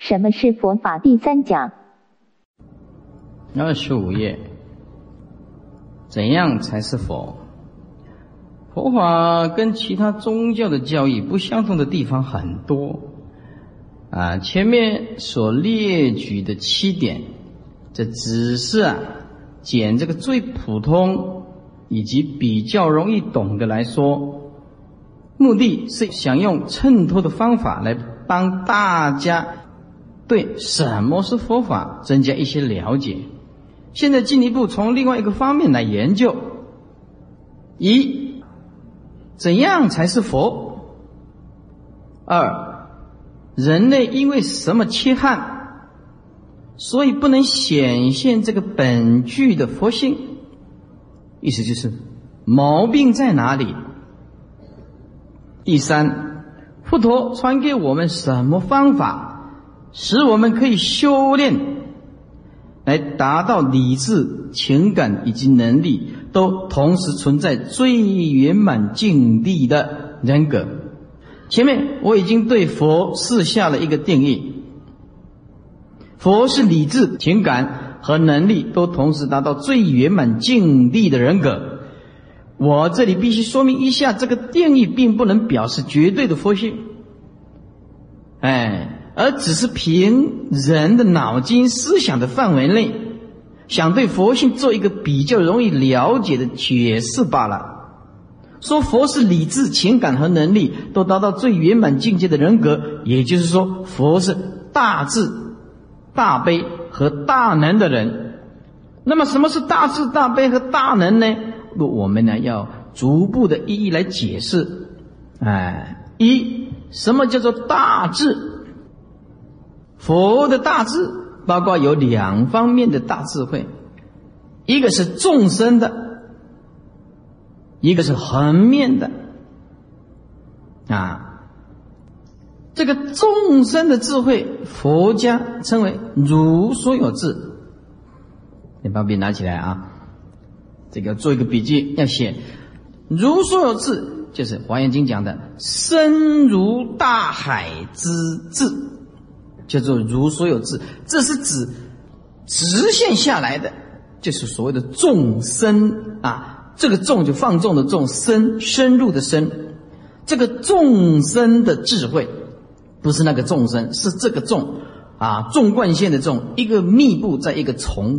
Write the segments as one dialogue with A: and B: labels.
A: 什么是佛法第三讲
B: ？25页，怎样才是佛？佛法跟其他宗教的教义不相同的地方很多前面所列举的7点，这只是捡这个最普通以及比较容易懂的来说，目的是想用衬托的方法来帮大家对什么是佛法增加一些了解。现在进一步从另外一个方面来研究：一，怎样才是佛？2，人类因为什么缺憾，所以不能显现这个本具的佛性？意思就是毛病在哪里？第3，佛陀传给我们什么方法，使我们可以修炼来达到理智、情感以及能力都同时存在最圆满境地的人格。前面我已经对佛示下了一个定义，佛是理智、情感和能力都同时达到最圆满境地的人格。我这里必须说明一下，这个定义并不能表示绝对的佛性，而只是凭人的脑筋思想的范围内，想对佛性做一个比较容易了解的解释罢了。说佛是理智、情感和能力都达到最圆满境界的人格，也就是说佛是大智、大悲和大能的人。那么什么是大智、大悲和大能呢？我们呢要逐步的一一来解释。一，什么叫做大智？佛的大智包括有2方面的大智慧，一个是众生的，一个是横面的。这个众生的智慧，佛家称为如所有智。你把笔拿起来这个做一个笔记，要写如所有智，就是华严经讲的深如大海之智，叫做如所有智。这是指直线下来的，就是所谓的众生这个众就放纵的众，深入的深，这个众生的智慧不是那个众生，是这个众纵贯线的众，一个密布在一个丛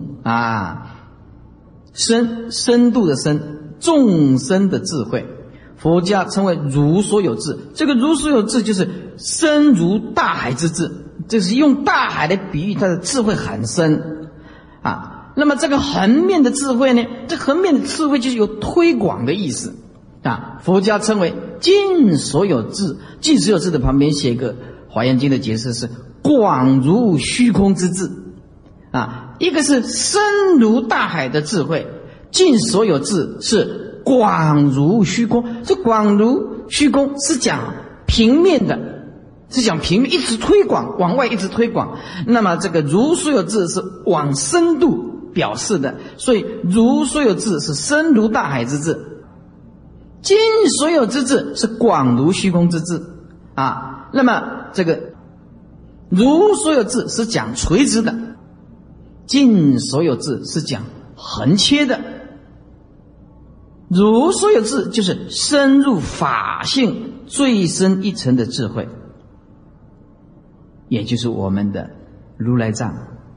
B: 深度的深，众生的智慧，佛家称为如所有智。这个如所有智就是深如大海之智，这是用大海来比喻它的智慧很深那么这个横面的智慧呢，这横面的智慧就是有推广的意思佛家称为尽所有智。尽所有智的旁边写一个华严经的解释是广如虚空之智一个是深如大海的智慧，尽所有智是广如虚空。这广如虚空是讲平面的，是讲平面一直推广，往外一直推广。那么这个如所有智是往深度表示的，所以如所有智是深如大海之智，尽所有之智是广如虚空之智那么这个如所有智是讲垂直的，尽所有智是讲横切的。如所有智就是深入法性最深一层的智慧，也就是我们的如来藏，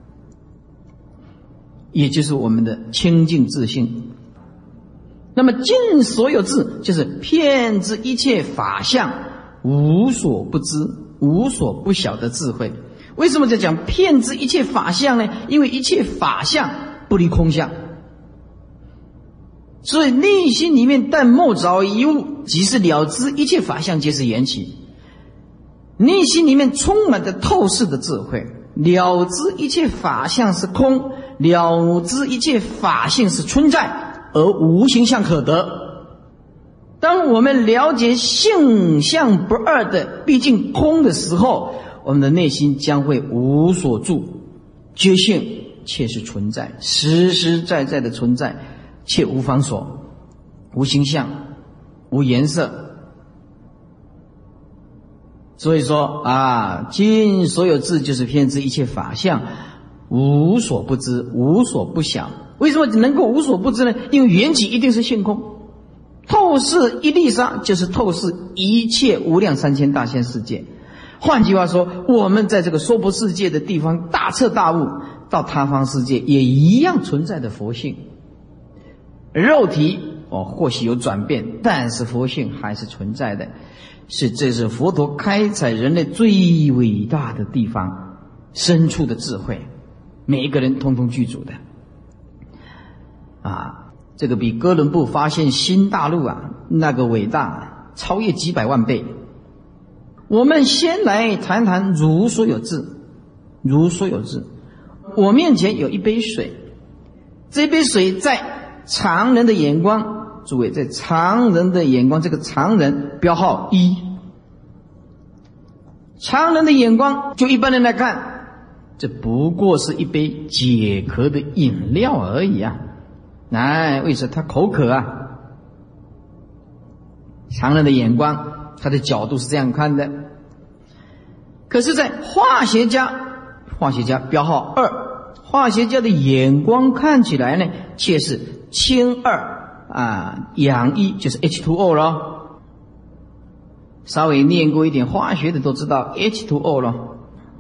B: 也就是我们的清净自性。那么尽所有智就是遍知一切法相，无所不知、无所不晓的智慧。为什么在讲遍知一切法相呢？因为一切法相不离空相，所以内心里面但莫着一物，即是了知一切法相皆是缘起。内心里面充满着透视的智慧，了知一切法相是空，了知一切法性是存在，而无形象可得。当我们了解性相不二的毕竟空的时候，我们的内心将会无所住，觉性却是存在，实实在在的存在，却无方所，无形象，无颜色， 所以说啊，尽所有智就是偏知一切法相，无所不知，无所不晓。为什么能够无所不知呢？因为缘起一定是性空，透视一粒沙就是透视一切无量3000大千世界。换句话说，我们在这个娑婆世界的地方大彻大悟，到他方世界也一样存在的佛性。肉体或许有转变，但是佛性还是存在的。这是佛陀开采人类最伟大的地方，深处的智慧，每一个人通通具足的。这个比哥伦布发现新大陆那个伟大，超越几百万倍。我们先来谈谈如所有智。如所有智，我面前有一杯水，这杯水在常人的眼光，诸位，在常人的眼光，这个常人标号1，常人的眼光，就一般人来看，这不过是一杯解渴的饮料而已为什么他口渴常人的眼光，他的角度是这样看的。可是在化学家标号2，化学家的眼光看起来呢，却是氢2氧1，就是 H2O 咯。稍微念过一点化学的都知道 H2O 咯。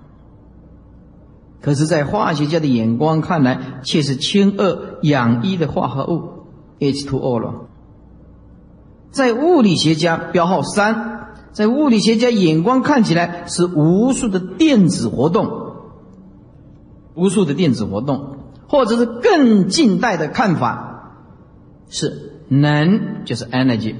B: 可是在化学家的眼光看来，却是氢2氧1的化合物 H2O 了。在物理学家标号3，在物理学家眼光看起来是无数的电子活动，或者是更近代的看法是能，就是 energy，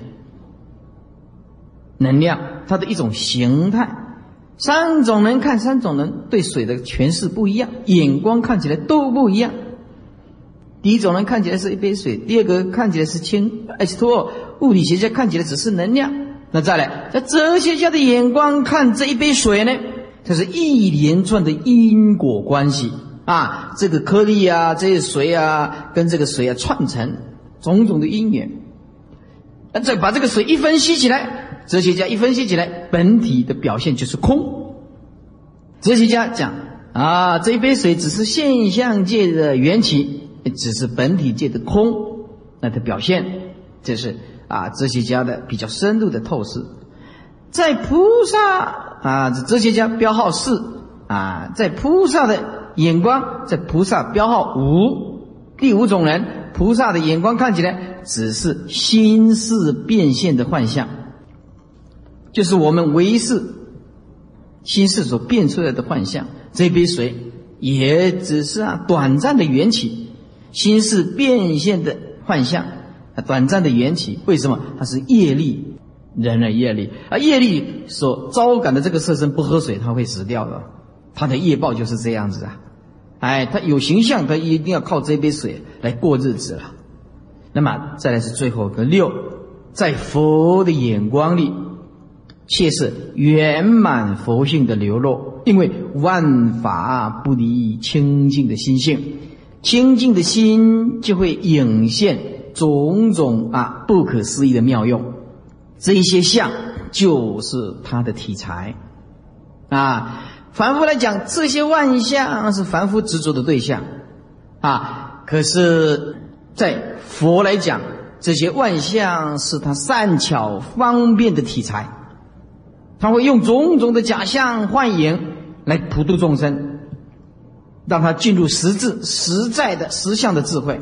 B: 能量，它的一种形态。3种人看3种人对水的诠释不一样，眼光看起来都不一样。第一种人看起来是一杯水，第二个看起来是氢 H2O， 物理学家看起来只是能量。那再来，在哲学家的眼光看这一杯水呢，它是一连串的因果关系这个颗粒这些水跟这个水串成种种的因缘。再把这个水一分析起来，哲学家一分析起来，本体的表现就是空。哲学家讲这一杯水只是现象界的缘起，只是本体界的空，那它表现，这是哲学家的比较深入的透视。在菩萨哲学家标号4在菩萨的眼光，在菩萨标号5，第5种人，菩萨的眼光看起来只是心识变现的幻象，就是我们唯识心识所变出来的幻象。这杯水也只是短暂的缘起，心识变现的幻象，短暂的缘起。为什么？它是业力，人的业力，业力所招感的这个色身不喝水它会死掉的，它的业报就是这样子它有形象，它一定要靠这杯水来过日子了。那么再来是最后一个6，在佛的眼光里，却是圆满佛性的流露。因为万法不离清净的心性，清净的心就会涌现种种不可思议的妙用。这一些相就是它的题材凡夫来讲，这些万象是凡夫执着的对象可是在佛来讲，这些万象是他善巧方便的题材，他会用种种的假象幻影来普度众生，让他进入实质实在的实相的智慧。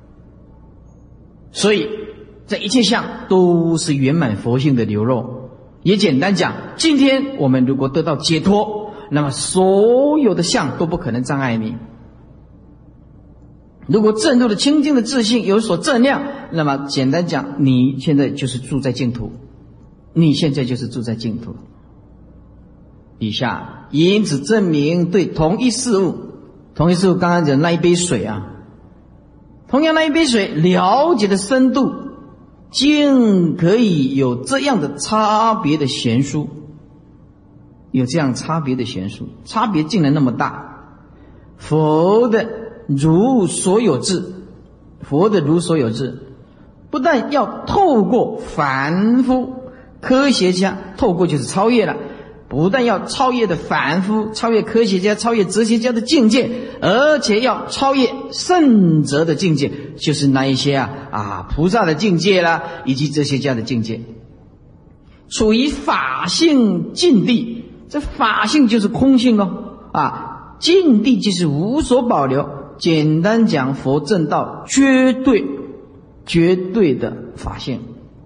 B: 所以这一切相都是圆满佛性的流露。也简单讲，今天我们如果得到解脱，那么所有的相都不可能障碍你。如果证入了清净的自信有所正量，那么简单讲，你现在就是住在净土，你现在就是住在净土。以下因此证明对同一事物刚刚讲那一杯水同样那一杯水了解的深度，竟可以有这样的差别的悬殊，差别竟然那么大。佛的如所有智，不但要透过凡夫科学家，透过就是超越了， 不但要超越的凡夫，超越科学家，超越哲学家的境界，而且要超越圣者的境界，就是那一些菩萨的境界啦，以及哲学家的境界，处于法性境地。这法性就是空性境地就是无所保留。简单讲，佛正道绝对的法性，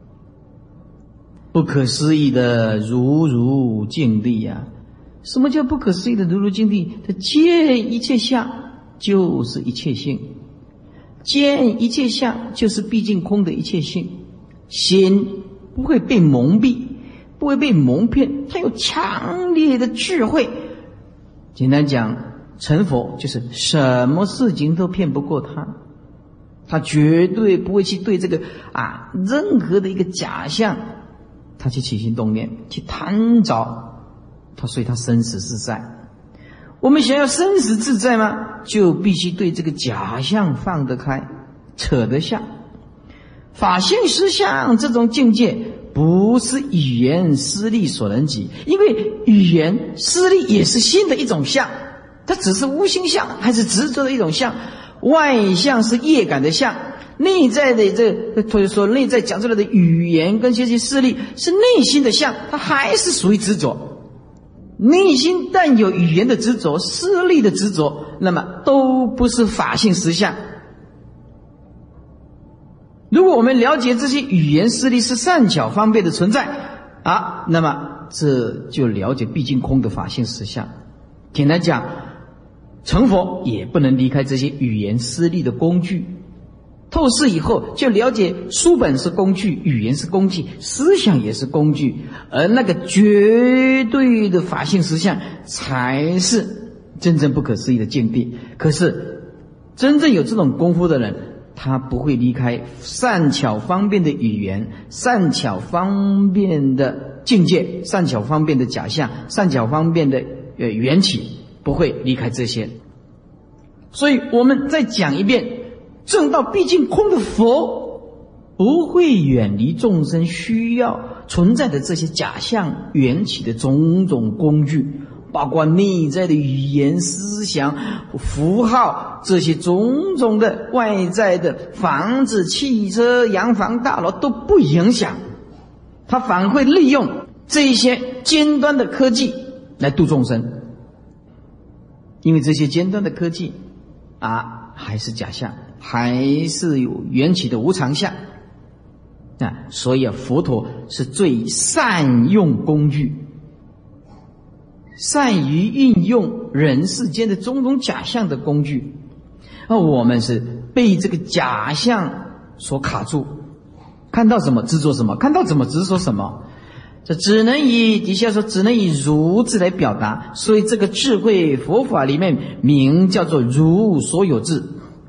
B: 不可思议的如境地什么叫不可思议的如境地？它见一切相就是一切性，见一切相就是毕竟空的一切性。心不会被蒙蔽，不会被蒙骗，它有强烈的智慧。简单讲，成佛就是什么事情都骗不过他，他绝对不会去对这个任何的一个假象他去起心动念，去贪着他，所以他生死自在。我们想要生死自在吗？就必须对这个假象放得开，扯得下。法性实相这种境界不是语言思力所能及，因为语言思力也是心的一种相，它只是无心相还是执着的一种相。外相是业感的相，内在的或者说内在讲出来的语言跟这些思力是内心的相，它还是属于执着。内心但有语言的执着，思力的执着，那么都不是法性实相。如果我们了解这些语言思力是善巧方便的存在那么这就了解毕竟空的法性实相。简单讲，成佛也不能离开这些语言思力的工具。透视以后就了解书本是工具，语言是工具，思想也是工具，而那个绝对的法性实相才是真正不可思议的境地。可是真正有这种功夫的人，他不会离开善巧方便的语言，善巧方便的境界，善巧方便的假象，善巧方便的缘起，不会离开这些。所以我们再讲一遍，正道毕竟空的佛不会远离众生需要存在的这些假象缘起的种种工具，包括内在的语言思想符号，这些种种的外在的房子汽车洋房大楼都不影响，他反会利用这些尖端的科技来度众生。因为这些尖端的科技还是假象，还是有缘起的无常相所以佛陀是最善用工具，善于运用人世间的种种假象的工具。我们是被这个假象所卡住，看到什么执着什么，看到怎么执着什么，这只能以底下说只能以如字来表达。所以这个智慧佛法里面名叫做如所有智。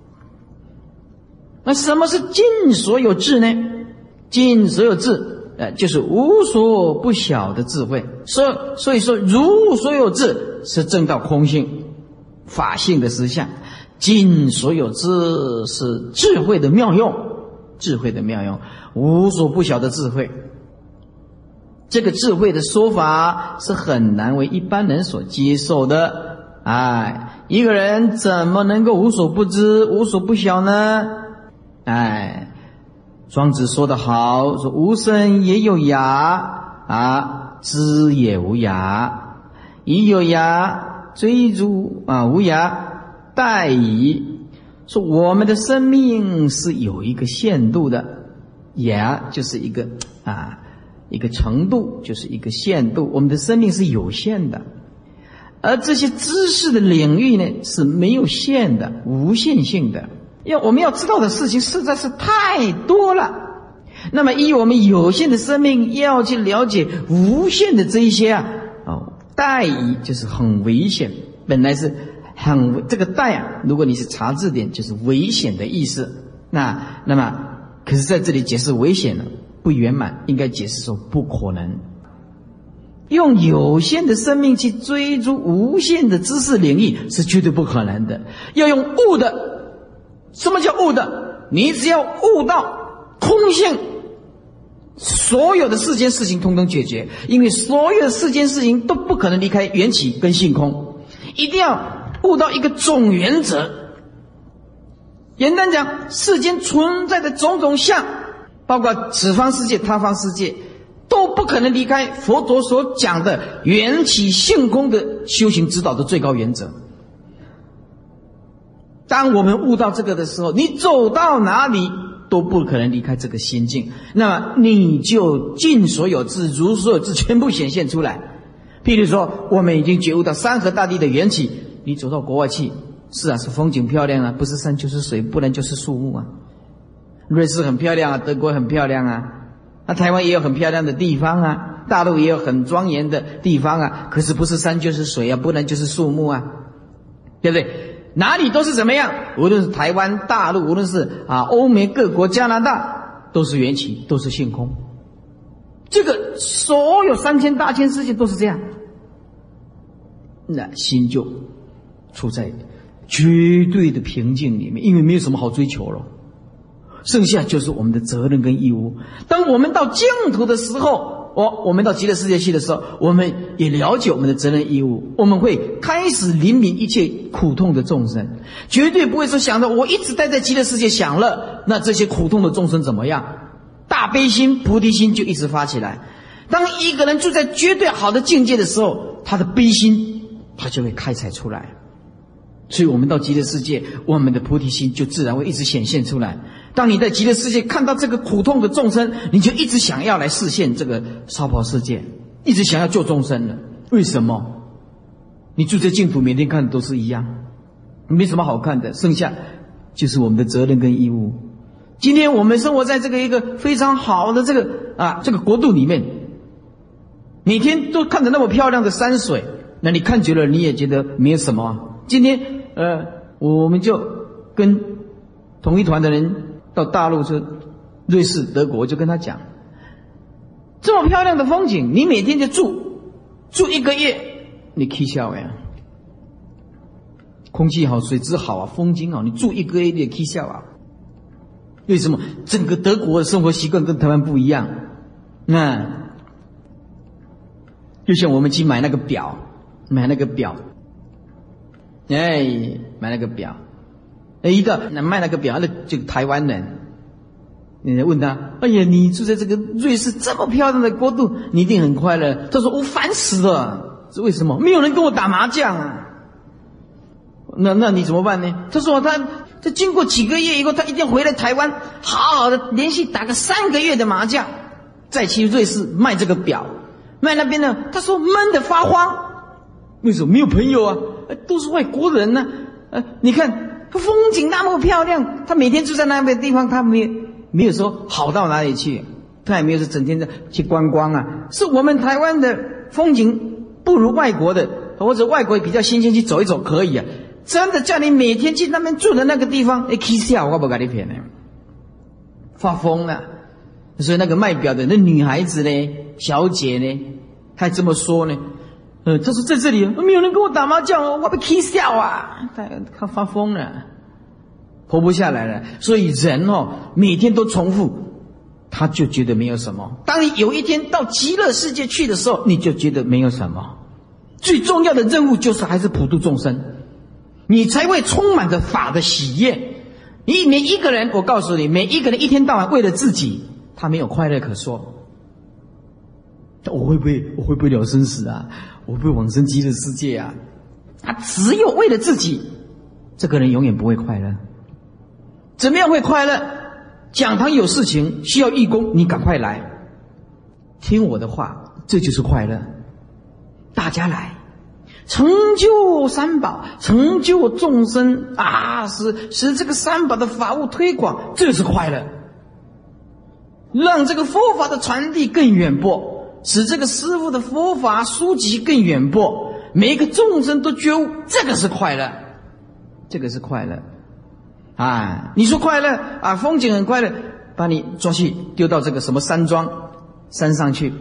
B: 那什么是尽所有智呢？尽所有智就是无所不晓的智慧。所以说如所有智是证到空性法性的实相，尽所有智是智慧的妙用，智慧的妙用，无所不晓的智慧。这个智慧的说法是很难为一般人所接受的。一个人怎么能够无所不知无所不晓呢？庄子说得好，说无声也有牙知也无牙，已有牙追逐无牙殆矣。说我们的生命是有一个限度的，牙就是一个程度，就是一个限度，我们的生命是有限的。而这些知识的领域呢是没有限的，无限性的。我们要知道的事情实在是太多了，那么以我们有限的生命要去了解无限的这一些殆矣，就是很危险。本来是这个殆如果你是查字典就是危险的意思，那么可是在这里解释危险了不圆满，应该解释说不可能。用有限的生命去追逐无限的知识领域是绝对不可能的。要用悟的。什么叫悟的？你只要悟到空性， 所有的世间事情通通解决，因为所有的世间事情都不可能离开缘起跟性空，一定要悟到一个总原则。简单讲，世间存在的种种相，包括此方世界他方世界，都不可能离开佛陀所讲的缘起性空的修行指导的最高原则。当我们悟到这个的时候，你走到哪里都不可能离开这个心境，那么你就尽所有智如所有智全部显现出来。譬如说我们已经觉悟到山河大地的缘起，你走到国外去，是啊，是风景漂亮啊，不是山就是水，不然就是树木啊。瑞士很漂亮啊，德国很漂亮啊，台湾也有很漂亮的地方啊，大陆也有很庄严的地方啊，可是不是山就是水啊，不然就是树木啊，对不对？哪里都是怎么样，无论是台湾、大陆，无论是欧美各国、加拿大，都是缘起，都是性空。这个所有3000大千世界都是这样，那心就处在绝对的平静里面，因为没有什么好追求了，剩下就是我们的责任跟义务。当我们到净土的时候，我们到极乐世界去的时候，我们也了解我们的责任义务，我们会开始怜悯一切苦痛的众生，绝对不会说想着我一直待在极乐世界享乐，那这些苦痛的众生怎么样？大悲心、菩提心就一直发起来。当一个人住在绝对好的境界的时候，他的悲心他就会开采出来。所以我们到极乐世界，我们的菩提心就自然会一直显现出来。当你在极乐世界看到这个苦痛的众生，你就一直想要来示现这个娑婆世界，一直想要救众生了。为什么？你住在净土，每天看的都是一样，没什么好看的，剩下就是我们的责任跟义务。今天我们生活在这个一个非常好的这个国度里面，每天都看着那么漂亮的山水，那你看久了你也觉得没有什么。今天我们就跟同一团的人到大陆去，瑞士、德国，我就跟他讲，这么漂亮的风景，你每天就住1个月，你起笑呀！空气好，水质好啊，风景好，你住1个月你也起笑啊！为什么？整个德国的生活习惯跟台湾不一样。就像我们去买那个表，买那个表，一个卖那个表的这个台湾人，你问他，哎呀，你住在这个瑞士这么漂亮的国度，你一定很快乐。他说我烦死了，是为什么？没有人跟我打麻将啊。那你怎么办呢？他说他经过几个月以后，他一定回来台湾，好好的连续打个3个月的麻将，再去瑞士卖这个表，卖那边呢，他说闷得发慌。为什么？没有朋友啊，都是外国人呢。你看风景那么漂亮，他每天住在那边的地方，他没有说好到哪里去，他也没有说整天的去观光啊。是我们台湾的风景不如外国的，或者外国比较新鲜，去走一走可以啊。真的叫你每天去那边住的那个地方，起笑，我不跟你骗呢，发疯了。所以那个卖表的那女孩子呢，小姐呢，还这么说呢。他说在这里没有人跟我打麻将，我被气笑啊！他发疯了，活不下来了。所以人每天都重复，他就觉得没有什么。当你有一天到极乐世界去的时候，你就觉得没有什么。最重要的任务就是还是普度众生，你才会充满着法的喜悦。每一个人，我告诉你，每一个人一天到晚为了自己，他没有快乐可说。我会不会了生死啊？我会不会往生极乐世界啊？他只有为了自己，这个人永远不会快乐。怎么样会快乐？讲堂有事情需要义工，你赶快来，听我的话，这就是快乐。大家来，成就三宝，成就众生啊，使这个三宝的法物推广，这是快乐。让这个佛法的传递更远播，使这个师父的佛法书籍更远播，每一个众生都觉悟，这个是快乐，这个是快乐啊！你说快乐啊，风景很快乐，把你抓去丢到这个什么山上去，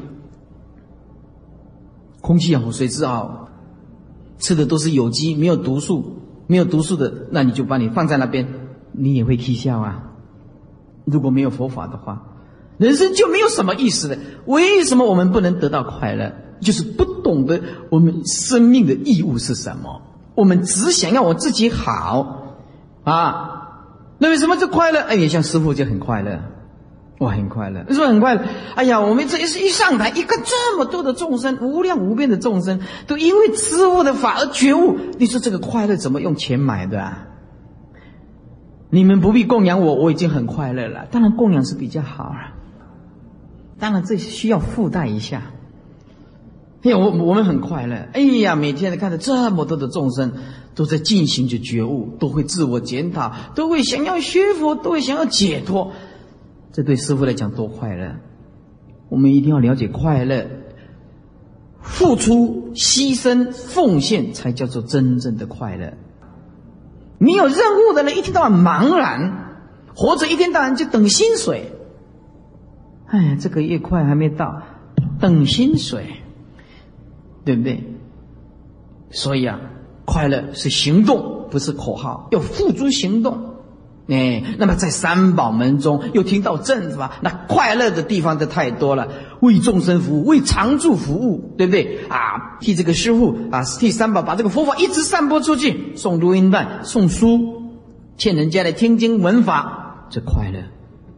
B: 空气好，水质好，吃的都是有机，没有毒素的，那你就把你放在那边，你也会起笑啊。如果没有佛法的话， 人生就没有什么意思了。为什么我们不能得到快乐？就是不懂得我们生命的义务是什么。我们只想要我自己好啊，那为什么这快乐？哎呀，像师父就很快乐，我很快乐，为什么很快乐？哎呀，我们这一上台，一看这么多的众生，无量无边的众生，都因为师父的法而觉悟。你说这个快乐怎么用钱买的啊？你们不必供养我，我已经很快乐了。当然供养是比较好啊，当然这需要附带一下。哎呀，我们很快乐。哎呀，每天看着这么多的众生都在进行着觉悟，都会自我检讨，都会想要学佛，都会想要解脱。这对师父来讲多快乐！我们一定要了解快乐，付出、牺牲、奉献才叫做真正的快乐。没有任务的人一天到晚茫然，活着一天到晚就等薪水。哎呀，这个月快还没到，等薪水，对不对？所以啊，快乐是行动，不是口号，要付诸行动。那么在三宝门中又听到正法，那快乐的地方就太多了。为众生服务，为常住服务，对不对啊？替这个师父啊，替三宝把这个佛法一直散播出去，送录音带，送书，劝人家来听经闻法，这快乐。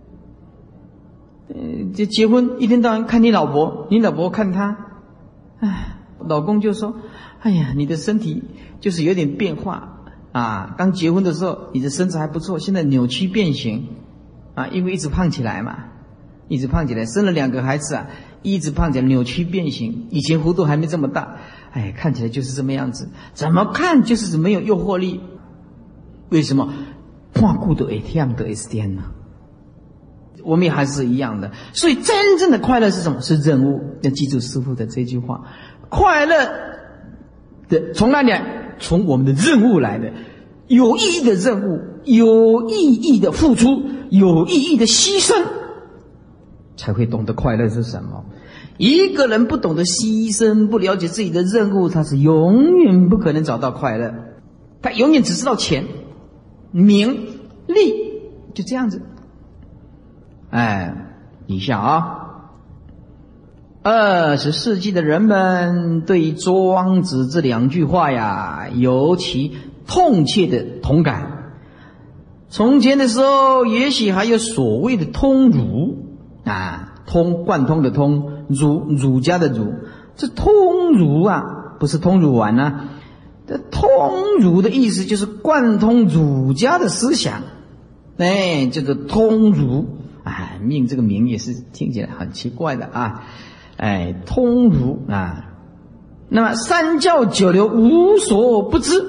B: 就结婚一天到晚看你老婆，你老婆看他，老公就说：“哎呀，你的身体就是有点变化。”刚结婚的时候你的身材还不错，现在扭曲变形因为一直胖起来嘛，一直胖起来，生了2个孩子一直胖起来，扭曲变形。以前弧度还没这么大，看起来就是这么样子，怎么看就是没有诱惑力。为什么？看顾的ATM的 SDN 呢？我们也还是一样的。所以真正的快乐是什么？是任务。要记住师父的这句话，快乐的从哪里来？从我们的任务来的，有意义的任务，有意义的付出，有意义的牺牲，才会懂得快乐是什么。一个人不懂得牺牲，不了解自己的任务，他是永远不可能找到快乐。他永远只知道钱、名、利，就这样子。以下20世纪的人们对庄子这2句话呀，尤其痛切的同感。从前的时候，也许还有所谓的通儒通贯通的通，儒家的儒。这通儒不是通儒丸这通儒的意思就是贯通儒家的思想，叫做通儒。命这个名也是听起来很奇怪的通儒那么三教九流无所不知，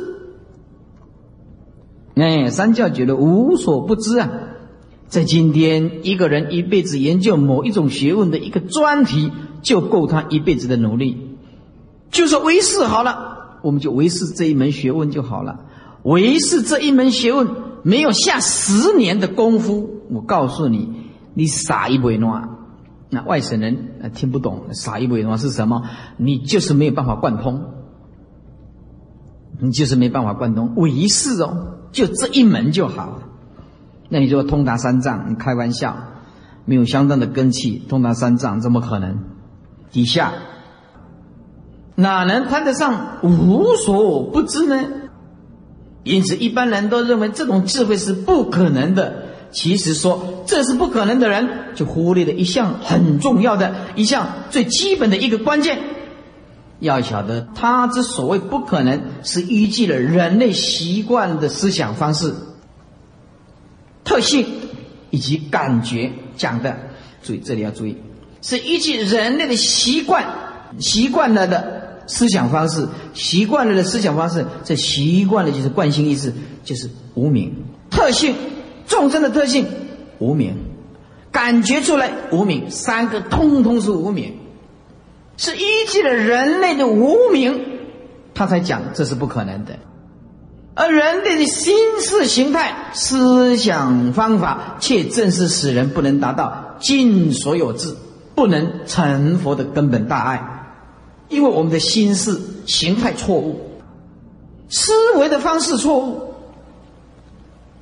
B: 三教九流无所不知在今天，一个人一辈子研究某一种学问的一个专题，就够他一辈子的努力。就说唯识好了，我们就唯识这一门学问就好了。唯识这一门学问没有下10年的功夫，我告诉你，你傻一尾乱。那外省人听不懂傻一尾乱是什么，你就是没有办法贯通，你就是没办法贯通唯识就这一门就好了。那你说通达3藏，你开玩笑，没有相当的根器，通达3藏怎么可能？底下哪能谈得上无所不知呢？因此一般人都认为这种智慧是不可能的。其实说这是不可能的人，就忽略了一项很重要的一项最基本的一个关键。要晓得他之所谓不可能，是依据了人类习惯的思想方式、特性以及感觉讲的。注意，这里要注意，是依据人类的习惯了的思想方式，习惯了的思想方式，这习惯了就是惯性意识，就是无明。特性，众生的特性无明，感觉出来无明，3个通通是无明，是依据了人类的无明，他才讲这是不可能的。而人类的心识形态、思想方法，却正是使人不能达到尽所有智，不能成佛的根本大爱。因为我们的心识形态错误，思维的方式错误，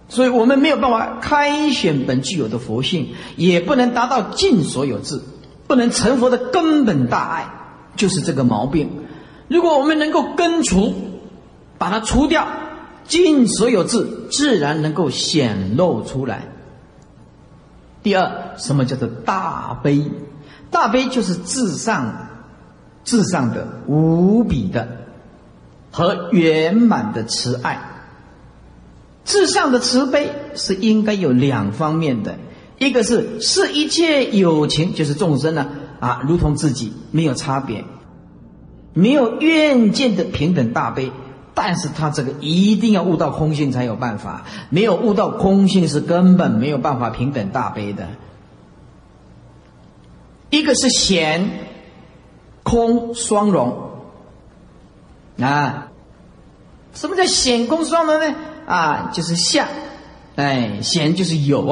B: 所以我们没有办法开显本具有的佛性，也不能达到尽所有智，不能成佛的根本大爱，就是这个毛病。如果我们能够根除，把它除掉，尽所有智自然能够显露出来。第二，什么叫做大悲？大悲就是至上的无比的和圆满的慈爱。至上的慈悲是应该有两方面的，一个是视一切有情，就是众生呢如同自己，没有差别，没有怨见的平等大悲。但是他这个一定要悟到空性才有办法，没有悟到空性是根本没有办法平等大悲的。一个是显空双融什么叫显空双融呢？就是相，显就是有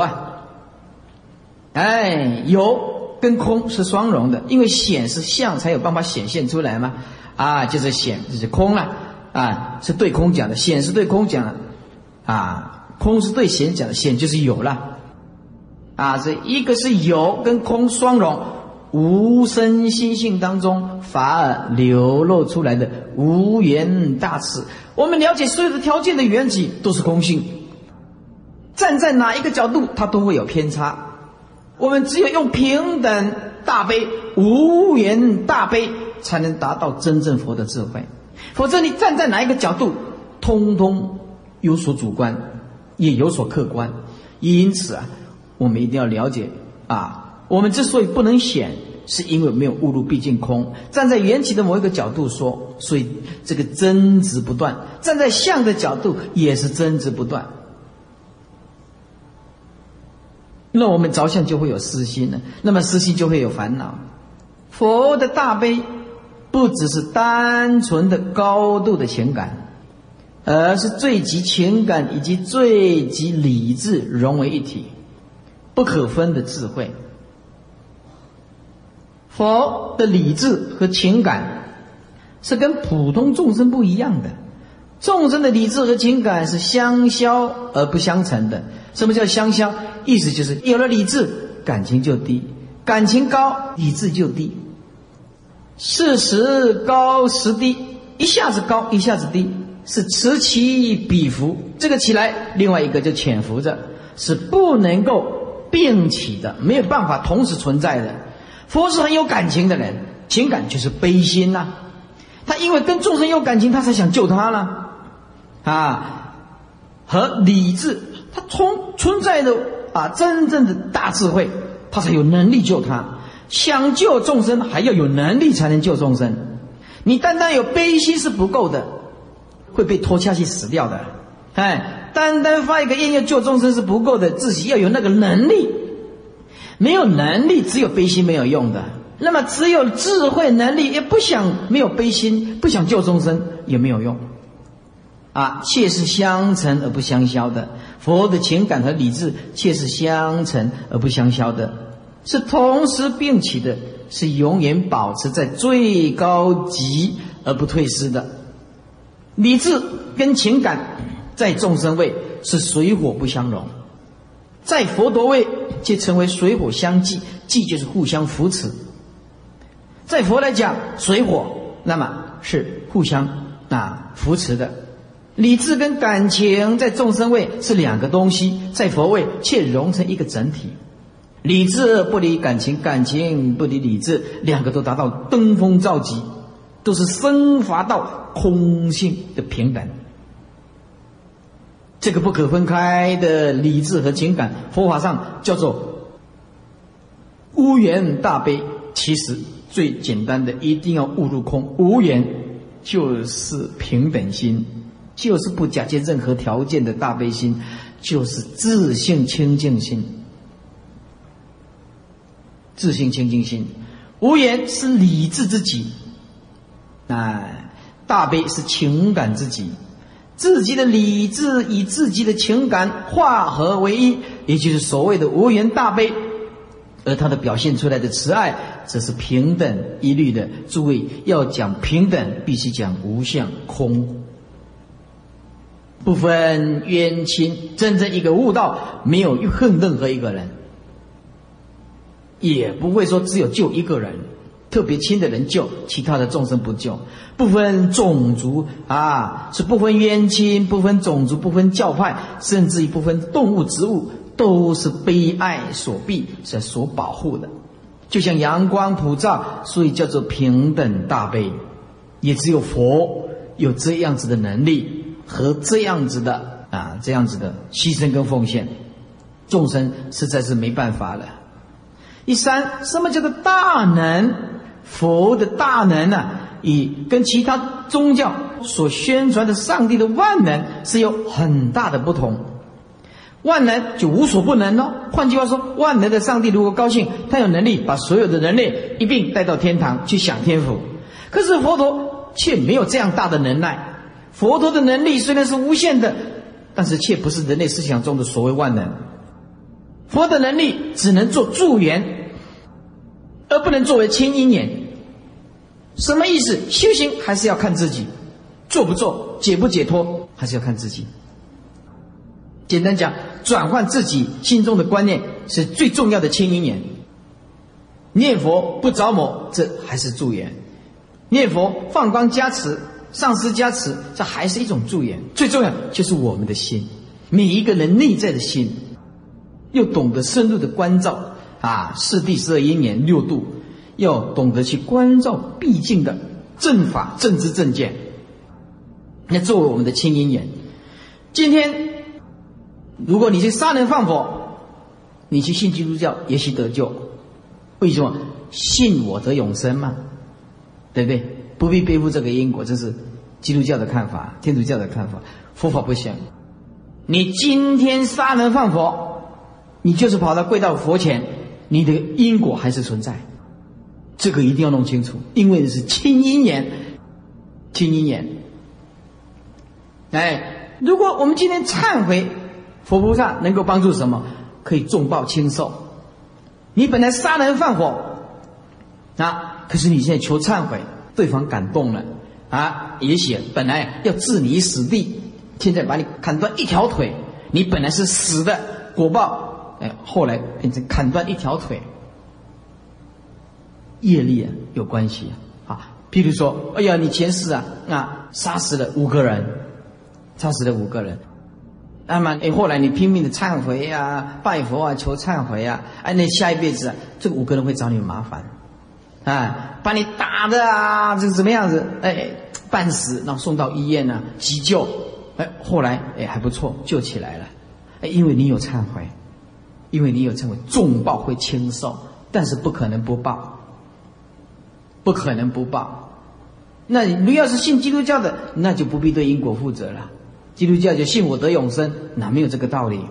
B: 有跟空是双融的，因为显是相才有办法显现出来嘛，就是显就是空了。是对空讲的，显是对空讲的，空是对显讲的，显就是有了，这一个是有跟空双融，无生心性当中反而流露出来的无缘大慈。我们了解所有的条件的缘起都是空性，站在哪一个角度它都会有偏差。我们只有用平等大悲、无缘大悲，才能达到真正佛的智慧。否则你站在哪一个角度，通通有所主观，也有所客观。因此我们一定要了解我们之所以不能显，是因为没有悟入毕竟空。站在缘起的某一个角度说，所以这个争执不断；站在相的角度也是争执不断。那我们着相就会有私心了，那么私心就会有烦恼。佛的大悲不只是单纯的高度的情感，而是最极情感以及最极理智融为一体，不可分的智慧。佛的理智和情感是跟普通众生不一样的，众生的理智和情感是相消而不相成的。什么叫相消？意思就是有了理智，感情就低；感情高，理智就低。是时高时低，一下子高一下子低，是此起彼伏，这个起来，另外一个就潜伏着，是不能够并起的，没有办法同时存在的。佛是很有感情的人，情感就是悲心他因为跟众生有感情，他才想救他了和理智，他存在的真正的大智慧，他才有能力救他。想救众生还要有能力才能救众生，你单单有悲心是不够的，会被拖下去死掉的。单单发一个愿要救众生是不够的，自己要有那个能力。没有能力，只有悲心没有用的。那么只有智慧能力，也不想没有悲心，不想救众生也没有用切是相成而不相消的。佛的情感和理智切是相成而不相消的，是同时并起的，是永远保持在最高级而不退失的。理智跟情感在众生位是水火不相容，在佛陀位却成为水火相济，济就是互相扶持。在佛来讲，水火那么是互相扶持的。理智跟感情在众生位是两个东西，在佛位却融成一个整体。理智不离感情，感情不离理智，两个都达到登峰造极，都是升华到空性的平等。这个不可分开的理智和情感，佛法上叫做无缘大悲。其实最简单的，一定要悟入空。无缘就是平等心，就是不假借任何条件的大悲心，就是自性清净心。自性清净心，无缘是理智之己，大悲是情感之己。自己的理智与自己的情感化合为一，也就是所谓的无缘大悲。而它的表现出来的慈爱，则是平等一律的。诸位要讲平等，必须讲无相空。 不分冤亲，真正一个悟道，没有恨任何一个人，也不会说只有救一个人，特别亲的人救，其他的众生不救。不分种族是不分冤亲，不分种族，不分教派，甚至于不分动物植物，都是悲爱所庇，是所保护的。就像阳光普照，所以叫做平等大悲。也只有佛有这样子的能力和这样子的牺牲跟奉献，众生实在是没办法了。第三，什么叫做大能？佛的大能跟其他宗教所宣传的上帝的万能是有很大的不同。万能就无所不能哦。换句话说，万能的上帝如果高兴，他有能力把所有的人类一并带到天堂去享天福。可是佛陀却没有这样大的能耐。佛陀的能力虽然是无限的，但是却不是人类思想中的所谓万能。佛的能力只能做助缘，而不能作为牵引眼。什么意思？修行还是要看自己，做不做，解不解脱，还是要看自己。简单讲，转换自己心中的观念是最重要的牵引眼。念佛不着魔，这还是助缘；念佛放光加持，上师加持，这还是一种助缘。最重要就是我们的心，每一个人内在的心，又懂得深入的关照四谛12因缘6度，要懂得去关照毕竟的正法正知正见，那作为我们的牵引眼。今天如果你去杀人放火，你去信基督教也许得救。为什么？信我得永生嘛，对不对？不必背负这个因果，这是基督教的看法，天主教的看法。佛法不行，你今天杀人放火，你就是跑到跪到佛前，你的因果还是存在。这个一定要弄清楚，因为是亲因缘，亲因缘。如果我们今天忏悔，佛菩萨能够帮助什么？可以重报轻受。你本来杀人放火可是你现在求忏悔，对方感动了也许本来要置你于死地，现在把你砍断一条腿，你本来是死的，果报后来变成砍断一条腿。业力有关系譬如说，你前世杀死了5个人，那么后来你拼命的忏悔拜佛求忏悔那下一辈子这个5个人会找你麻烦把你打的这怎么样子半死，然后送到医院急救后来还不错，救起来了因为你有忏悔，重报会轻受，但是不可能不报，那你要是信基督教的，那就不必对因果负责了。基督教就信我得永生，哪没有这个道理？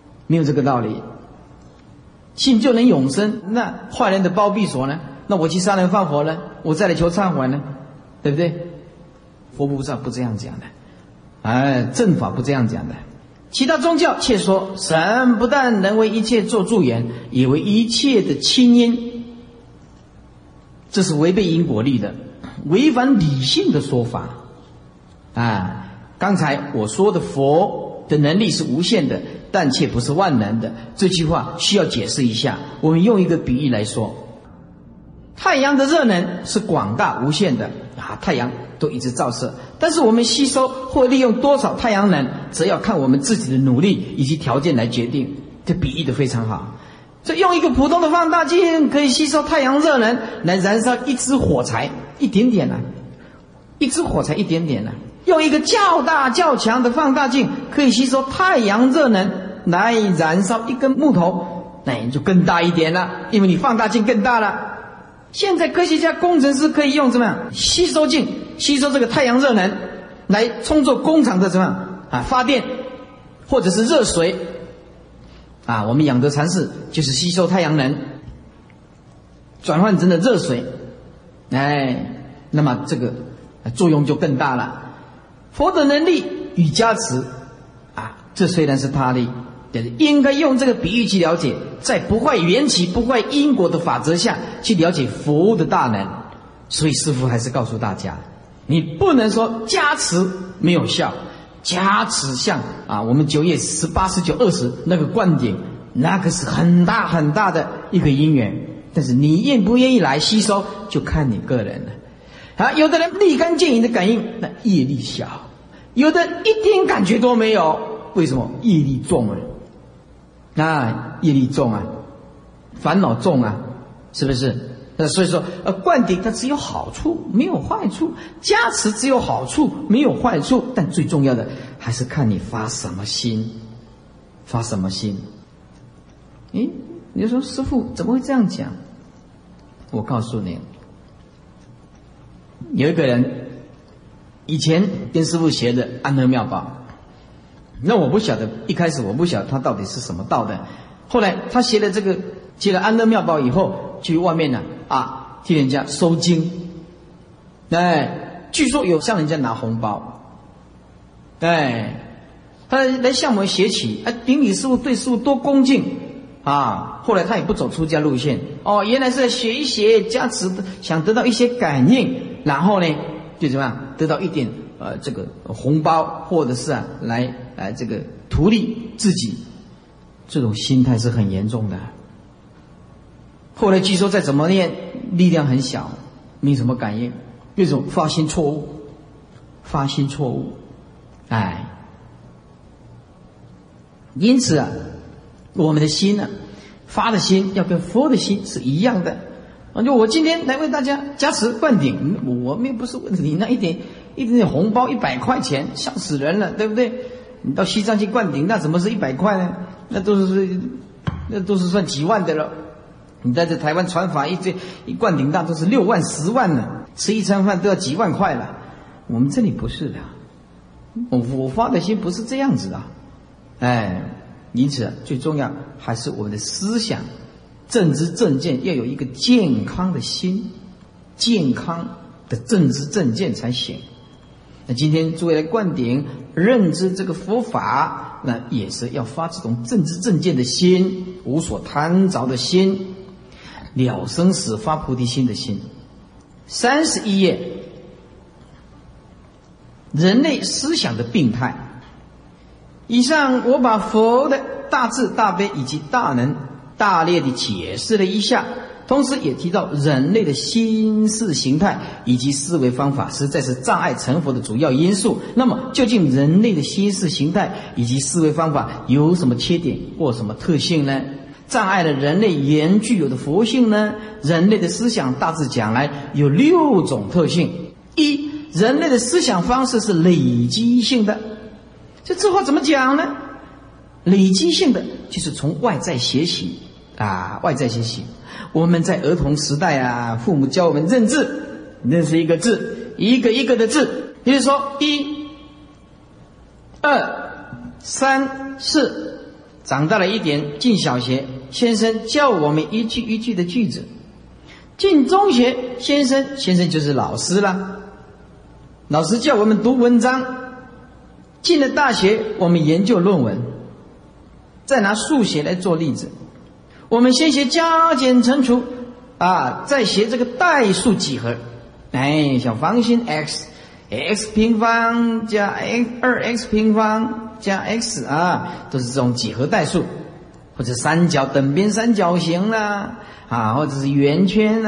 B: 信就能永生，那坏人的包庇所呢？那我去杀人放火呢？我再来求忏悔呢？对不对？佛菩萨不这样讲的，正法不这样讲的。其他宗教却说，神不但能为一切做助缘，也为一切的亲因，这是违背因果律的，违反理性的说法刚才我说的佛的能力是无限的，但却不是万能的，这句话需要解释一下。我们用一个比喻来说，太阳的热能是广大无限的太阳都一直照射，但是我们吸收或利用多少太阳能，则要看我们自己的努力以及条件来决定。这比喻的非常好。这用一个普通的放大镜可以吸收太阳热能来燃烧一支火柴，一点点用一个较大较强的放大镜可以吸收太阳热能来燃烧一根木头，那就更大一点了，因为你放大镜更大了。现在科学家工程师可以用怎么样吸收镜吸收这个太阳热能来充作工厂的怎么样发电，或者是热水我们养德禅师就是吸收太阳能转换成了热水那么这个作用就更大了。佛的能力与加持这虽然是他力，但是应该用这个比喻去了解，在不坏缘起不坏因果的法则下去了解佛的大能。所以师父还是告诉大家，你不能说加持没有效， 加持像啊，我们9月18、19、20那个灌顶，那个是很大很大的一个因缘。但是你愿不愿意来吸收，就看你个人了。啊，有的人立竿见影的感应，那业力小；有的一点感觉都没有，为什么？业力重啊！啊，业力重啊，烦恼重啊，是不是？所以说，灌顶它只有好处，没有坏处；加持只有好处，没有坏处。但最重要的还是看你发什么心，发什么心。诶，你就说师父怎么会这样讲？我告诉你，有一个人以前跟师父学的安乐妙宝，那我不晓得，一开始我不晓得他到底是什么道的。后来他学了安乐妙宝以后，去外面呢替人家收经，据说有向人家拿红包，他来向我们学起，顶礼师父，对师父多恭敬啊！后来他也不走出家路线，原来是在学一学加持，想得到一些感应，然后呢就怎么样得到一点这个红包，或者是来这个图利自己，这种心态是很严重的。后来据说再怎么念，力量很小，没什么感应，为什么？发心错误，发心错误，因此我们的心发的心要跟佛的心是一样的。就我今天来为大家加持灌顶，我们不是问你那一点红包100块钱，笑死人了，对不对？你到西藏去灌顶，那怎么是100块呢？那都是算几万的了。你在这台湾传法一灌顶大都是6万、10万呢，吃一餐饭都要几万块了。我们这里不是的，我发的心不是这样子的。因此最重要还是我们的思想、正知正见要有一个健康的心，健康的正知正见才行。那今天诸位来灌顶，认知这个佛法，那也是要发这种正知正见的心，无所贪着的心，了生死发菩提心的心。31页，人类思想的病态。以上我把佛的大智大悲以及大能大略地解释了一下，同时也提到人类的心识形态以及思维方法实在是障碍成佛的主要因素。那么究竟人类的心识形态以及思维方法有什么缺点或什么特性呢？障碍了人类原具有的佛性呢？人类的思想大致讲来有6种特性。一，人类的思想方式是累积性的。这话怎么讲呢？累积性的就是从外在学习外在学习。我们在儿童时代父母教我们认字，认识一个字，一个一个的字，比如说1、2、3、4，长大了一点进小学，先生教我们一句一句的句子；进中学，先生就是老师啦，老师教我们读文章；进了大学，我们研究论文。再拿数学来做例子，我们先学加减乘除再学这个代数几何，小方形 x 平方加 2x 平方加 x 都是这种几何代数，或者三角等边三角形啦或者是圆圈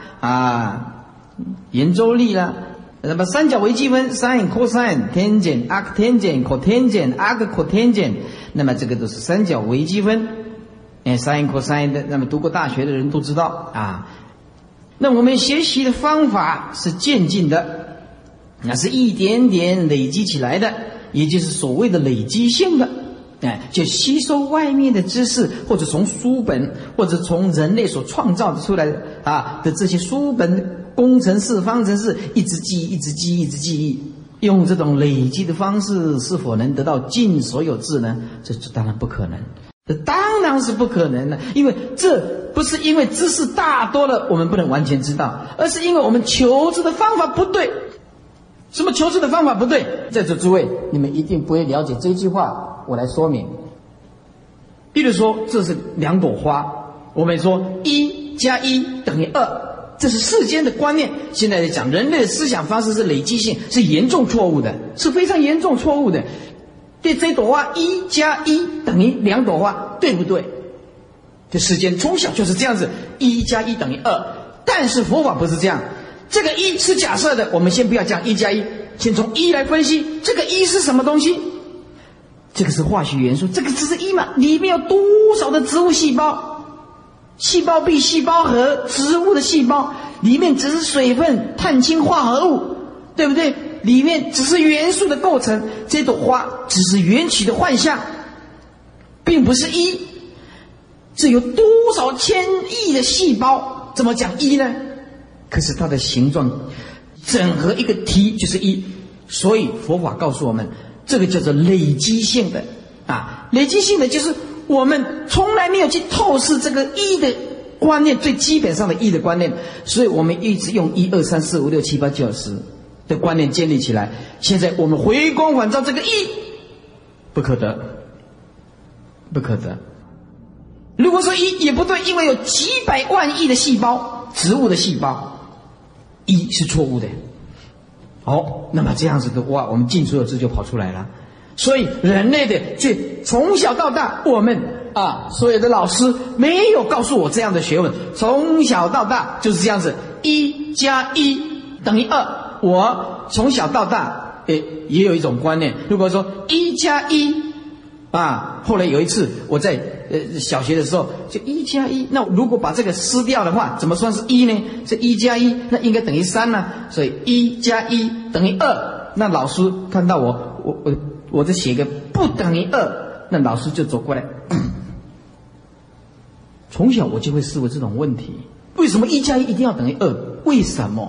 B: 圆周率啦。那么三角微积分 sin cosine tangent arc tangent cotangent arc cotangent， 那么这个都是三角微积分sin cosine 的，那么读过大学的人都知道那我们学习的方法是渐进的，那是一点点累积起来的，也就是所谓的累积性的就吸收外面的知识，或者从书本，或者从人类所创造出来的这些书本工程式、方程式，一直记忆，用这种累积的方式，是否能得到尽所有智呢？这当然不可能，这当然是不可能的，因为这不是因为知识大多了我们不能完全知道，而是因为我们求知的方法不对。什么求知的方法不对？在座诸位，你们一定不会了解这句话，我来说明。比如说，这是2朵花，我们说1+1等于2， 这是世间的观念。现在讲人类的思想方式是累积性，是严重错误的，是非常严重错误的。对这朵花1加1等于2朵花，对不对？这世间从小就是这样子，1加1等于2。但是佛法不是这样，这个1是假设的，我们先不要讲1加1，先从1来分析，这个1是什么东西？这个是化学元素，这个只是1嘛，里面有多少的植物细胞？细胞壁、细胞核，植物的细胞里面只是水分、碳氢化合物，对不对？里面只是元素的构成，这朵花只是缘起的幻象，并不是1。这有多少千亿的细胞？怎么讲1呢？可是它的形状整合一个体就是1，所以佛法告诉我们，这个叫做累积性的啊，累积性的就是我们从来没有去透视这个1的观念，最基本上的1的观念，所以我们一直用1、2、3、4、5、6、7、8、9、10的观念建立起来。现在我们回光返照，这个1不可得，不可得。如果说1也不对，因为有几百万亿的细胞，植物的细胞，1是错误的。好，那么这样子的哇，我们尽所有智就跑出来了。所以人类的从小到大，我们所有的老师没有告诉我这样的学问，从小到大就是这样子，1加1等于2。我从小到大也有一种观念，如果说1加1后来有一次我在小学的时候就1加1，那如果把这个撕掉的话，怎么算是1呢？是1加1，那应该等于3呢，所以1加1等于2。那老师看到我在写个不等于2，那老师就走过来。从小我就会思维这种问题，为什么1加1一定要等于2？为什么？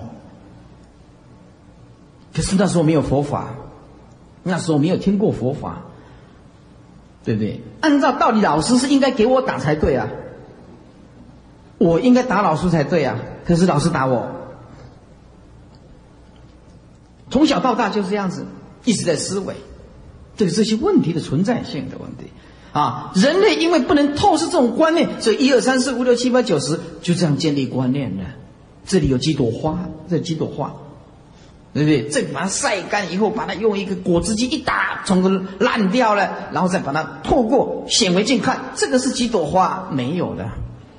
B: 可是那时候没有佛法，那时候没有听过佛法，对不对？按照道理，老师是应该给我打才对啊，我应该打老师才对啊，可是老师打我。从小到大就是这样子，一直在思维这些问题的存在性的问题人类因为不能透视这种观念，所以1、2、3、4、5、6、7、8、9、10就这样建立观念了。这里有几朵花，这几朵花，对不对？这把它晒干以后，把它用一个果汁机一打，从头烂掉了，然后再把它透过显微镜看，这个是几朵花？没有的。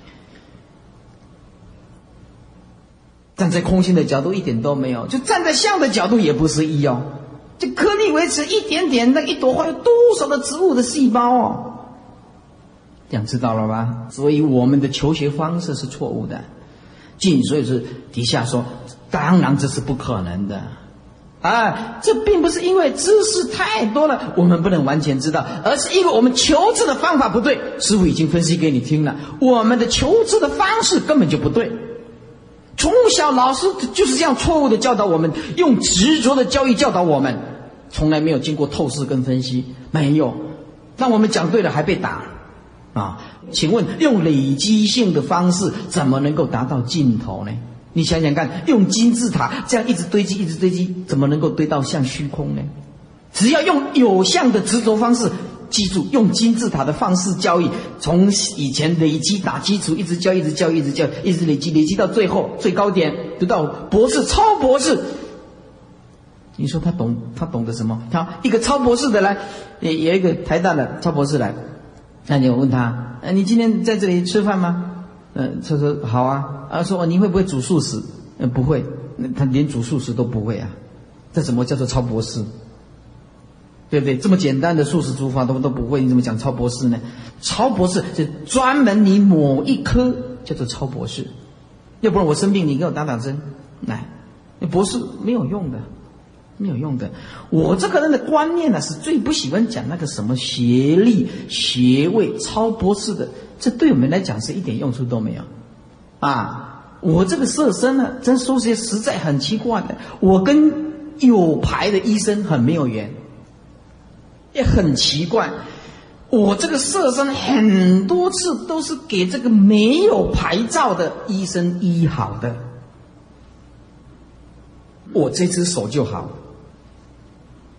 B: 站在空性的角度一点都没有，就站在相的角度也不是1哦。这颗粒维持一点点，那一朵花有多少的植物的细胞哦？这样知道了吧？所以我们的求学方式是错误的。所以是底下说，当然这是不可能的这并不是因为知识太多了我们不能完全知道，而是因为我们求知的方法不对。师父已经分析给你听了，我们的求知的方式根本就不对。从小老师就是这样错误的教导我们，用执着的教育教导我们，从来没有经过透视跟分析，没有。那我们讲对了还被打请问用累积性的方式怎么能够达到尽头呢？你想想看，用金字塔这样一直堆积一直堆积，怎么能够堆到像虚空呢？只要用有相的执着方式，记住用金字塔的方式教育，从以前累积打基础，一直教一直教一直教，一直累积到最后最高点，得到博士超博士。你说他懂得什么？他一个超博士的来，有一个台大的超博士来，那你问他你今天在这里吃饭吗？他说好啊。说你会不会煮素食？不会，他连煮素食都不会啊。这怎么叫做超博士？对不对？这么简单的素食煮法都不会，你怎么讲超博士呢？超博士是专门你某一科叫做超博士，要不然我生病你给我打打针，来，博士没有用的，没有用的。我这个人的观念是最不喜欢讲那个什么学历、学位、超博士的，这对我们来讲是一点用处都没有我这个色身呢，真说些实在很奇怪的，我跟有牌的医生很没有缘，也很奇怪。我这个色身很多次都是给这个没有牌照的医生医好的，我这只手就好，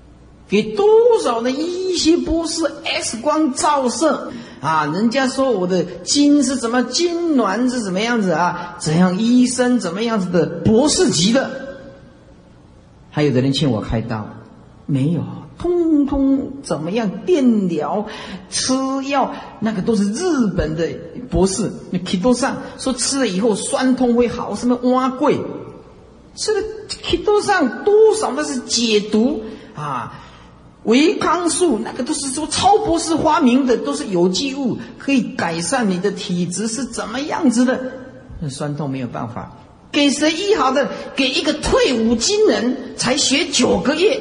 B: 给多少的医学博士 X 光照射啊，人家说我的筋是怎么痉挛是怎么样子啊，怎样医生怎么样子的博士级的，还有的人请我开刀，没有，通通怎么样电疗吃药，那个都是日本的博士，那 Kido 上说吃了以后酸痛会好，什么蛙桂，吃了 Kido 上多少那是解毒啊，维康素那个都是说超博士发明的，都是有机物，可以改善你的体质是怎么样子的，那酸痛没有办法，给谁医好的？给一个退伍军人才学9个月，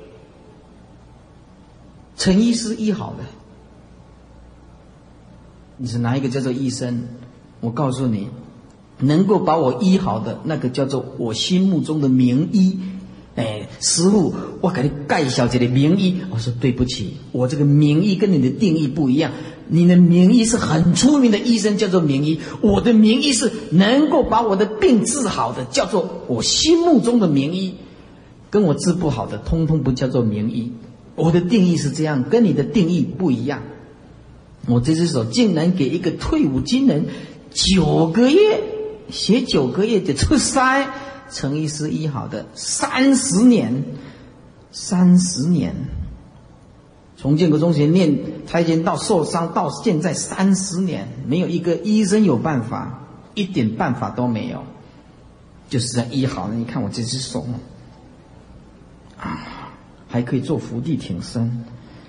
B: 陈医师医好的。你是哪一个叫做医生？我告诉你，能够把我医好的那个叫做我心目中的名医。师父，我给你介绍这个名医。我说对不起，我这个名医跟你的定义不一样。你的名医是很出名的医生，叫做名医。我的名医是能够把我的病治好的，叫做我心目中的名医。跟我治不好的，通通不叫做名医。我的定义是这样，跟你的定义不一样。我这只手竟然给一个退伍军人9个月，写9个月就出塞。陈医师医好的30年，从建国中学念跆拳道受伤到现在30年，没有一个医生有办法，一点办法都没有，就是在医好了。你看我这只手啊，还可以做伏地挺身，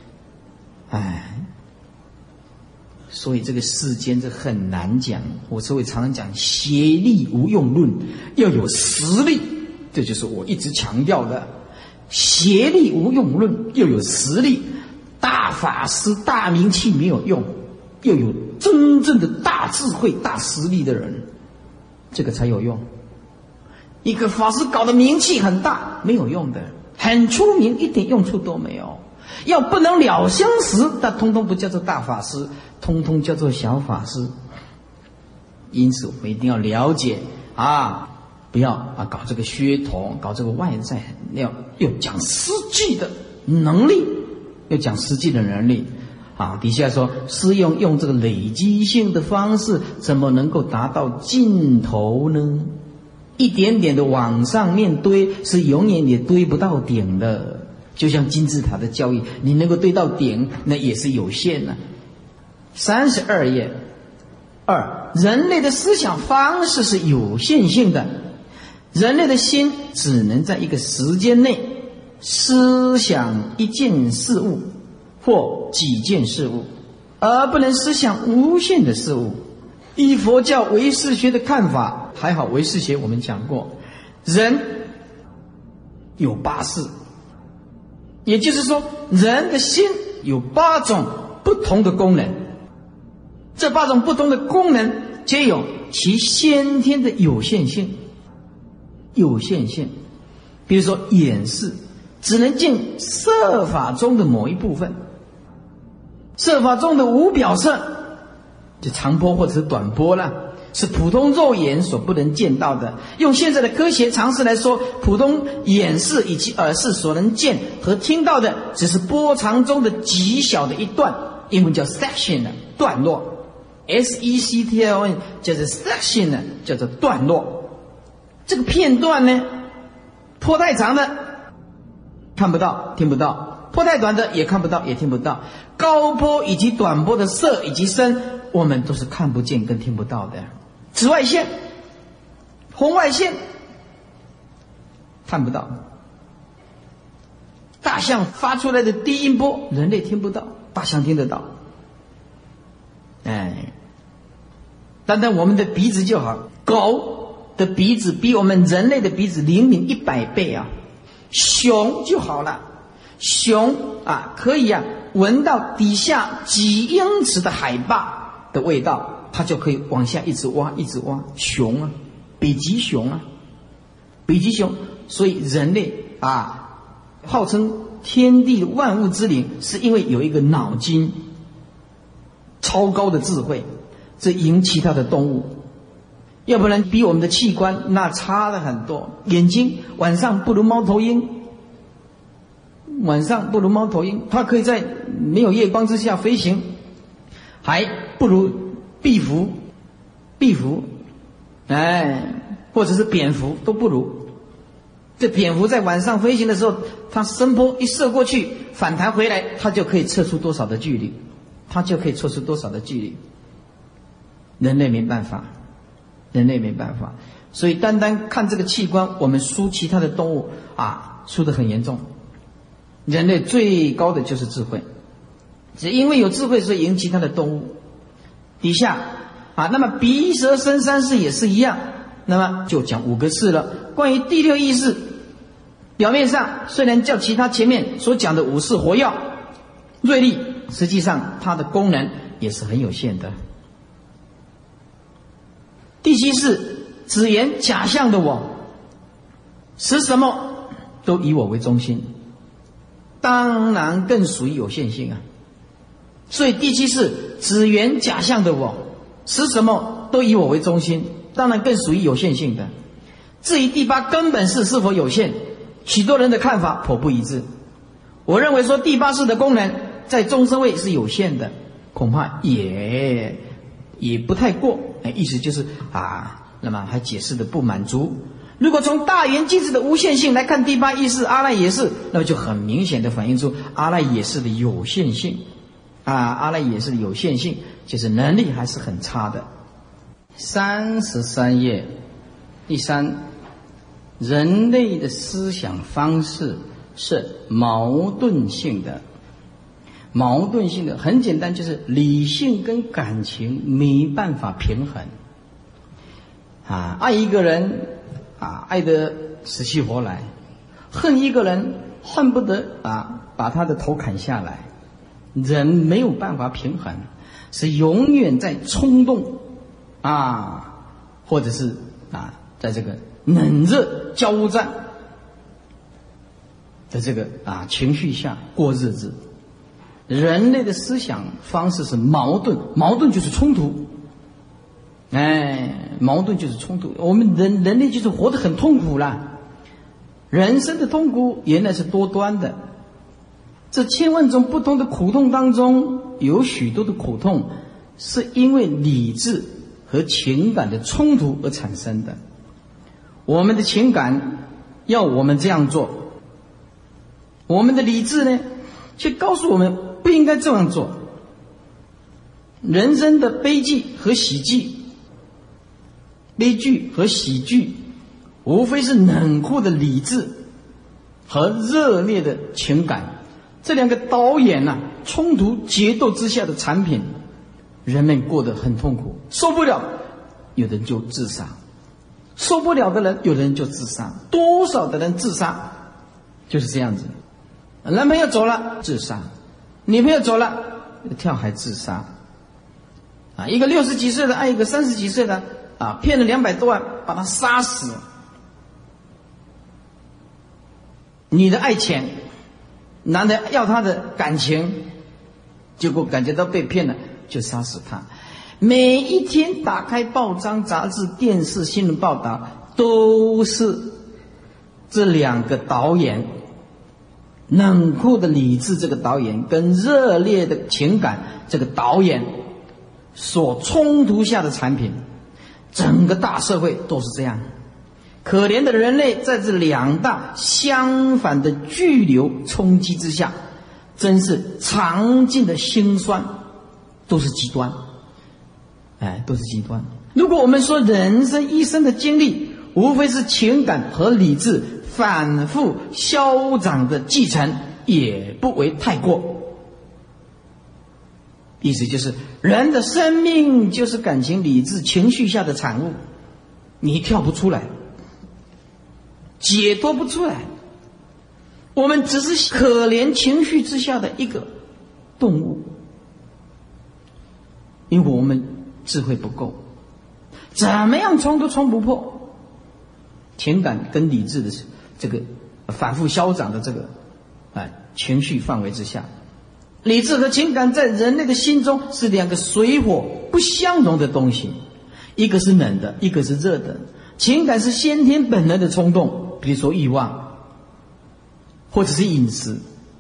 B: 所以这个世间这很难讲。我所以常常讲邪力无用论，要有实力，这就是我一直强调的。邪力无用论要有实力，大法师大名气没有用，要有真正的大智慧大实力的人，这个才有用。一个法师搞得名气很大没有用的，很出名一点用处都没有。要不能了相识，那通通不叫做大法师，通通叫做小法师。因此我们一定要了解不要搞这个噱头，搞这个外在，要讲实际的能力，要讲实际的能力底下说是用这个累积性的方式，怎么能够达到尽头呢？一点点的往上面堆，是永远也堆不到顶的。就像金字塔的教育，你能够堆到顶，那也是有限的。32页2，人类的思想方式是有限性的，人类的心只能在一个时间内思想一件事物或几件事物，而不能思想无限的事物。依佛教唯识学的看法，还好唯识学我们讲过，人有8识，也就是说人的心有8种不同的功能，这8种不同的功能皆有其先天的有限性。比如说眼识只能见色法中的某一部分，色法中的无表色，就长波或者是短波啦，是普通肉眼所不能见到的。用现在的科学常识来说，普通眼识以及耳识所能见和听到的，只是波长中的极小的一段，英文叫 section 的段落。sectln 叫做 section 呢，叫做段落。这个片段呢，波太长的看不到听不到，波太短的也看不到也听不到，高波以及短波的色以及声，我们都是看不见跟听不到的。紫外线、红外线看不到，大象发出来的低音波人类听不到，大象听得到。单单我们的鼻子就好，狗的鼻子比我们人类的鼻子灵敏100倍啊。熊就好了，熊可以闻到底下几英尺的海拔的味道，它就可以往下一直挖一直挖。熊北极熊所以人类号称天地万物之灵，是因为有一个脑筋，超高的智慧，这赢其他的动物。要不然比我们的器官那差了很多。眼睛晚上不如猫头鹰， 晚上不如猫头鹰，它可以在没有夜光之下飞行，还不如壁虎，或者是蝙蝠都不如。这蝙蝠在晚上飞行的时候，它声波一射过去，反弹回来，它就可以测出多少的距离，人类没办法，所以单单看这个器官，我们输其他的动物输得很严重。人类最高的就是智慧，只因为有智慧，所以赢其他的动物。底下那么鼻舌身三识也是一样，那么就讲5个识了。关于第6意识，表面上虽然叫其他前面所讲的5识活跃锐利，实际上它的功能也是很有限的。第7识只言假象的我，使什么都以我为中心，当然更属于有限性啊。所以第7识只言假象的我，使什么都以我为中心，当然更属于有限性的。至于第8根本识是否有限，许多人的看法颇不一致。我认为说第8识的功能在中生位是有限的，恐怕也不太过，意思就是那么还解释的不满足。如果从大圆镜子的无限性来看第8意识阿赖耶识，那么就很明显的反映出阿赖耶识的有限性阿赖耶识的有限性，就是能力还是很差的。33页第3，人类的思想方式是矛盾性的，很简单，就是理性跟感情没办法平衡爱一个人爱得死去活来，恨一个人恨不得把他的头砍下来，人没有办法平衡，是永远在冲动或者是在这个冷热交战的这个情绪下过日子。人类的思想方式是矛盾就是冲突，矛盾就是冲突。我们人类就是活得很痛苦啦。人生的痛苦原来是多端的，这千万种不同的苦痛当中，有许多的苦痛是因为理智和情感的冲突而产生的。我们的情感要我们这样做，我们的理智呢却告诉我们不应该这样做。人生的悲剧和喜剧，无非是冷酷的理智和热烈的情感，这两个导演冲突决斗之下的产品。人们过得很痛苦，受不了，有人就自杀，受不了的人，有人就自杀，多少的人自杀，就是这样子。男朋友走了自杀，女朋友走了跳海自杀一个60几岁的爱一个30几岁的骗了200多万把他杀死。女的爱钱，男的要他的感情，结果感觉到被骗了就杀死他。每一天打开报章杂志电视新闻报道，都是这两个导演，冷酷的理智这个导演跟热烈的情感这个导演所冲突下的产品。整个大社会都是这样，可怜的人类在这两大相反的巨流冲击之下，真是尝尽的辛酸，都是极端，都是极端。如果我们说人生一生的经历无非是情感和理智反复消长的继承，也不为太过。意思就是人的生命就是感情理智情绪下的产物，你跳不出来，解脱不出来。我们只是可怜情绪之下的一个动物，因为我们智慧不够，怎么样冲都冲不破情感跟理智的这个反复消长的这个情绪范围之下。理智和情感在人类的心中是两个水火不相容的东西，一个是冷的，一个是热的。情感是先天本能的冲动，比如说欲望或者是饮食，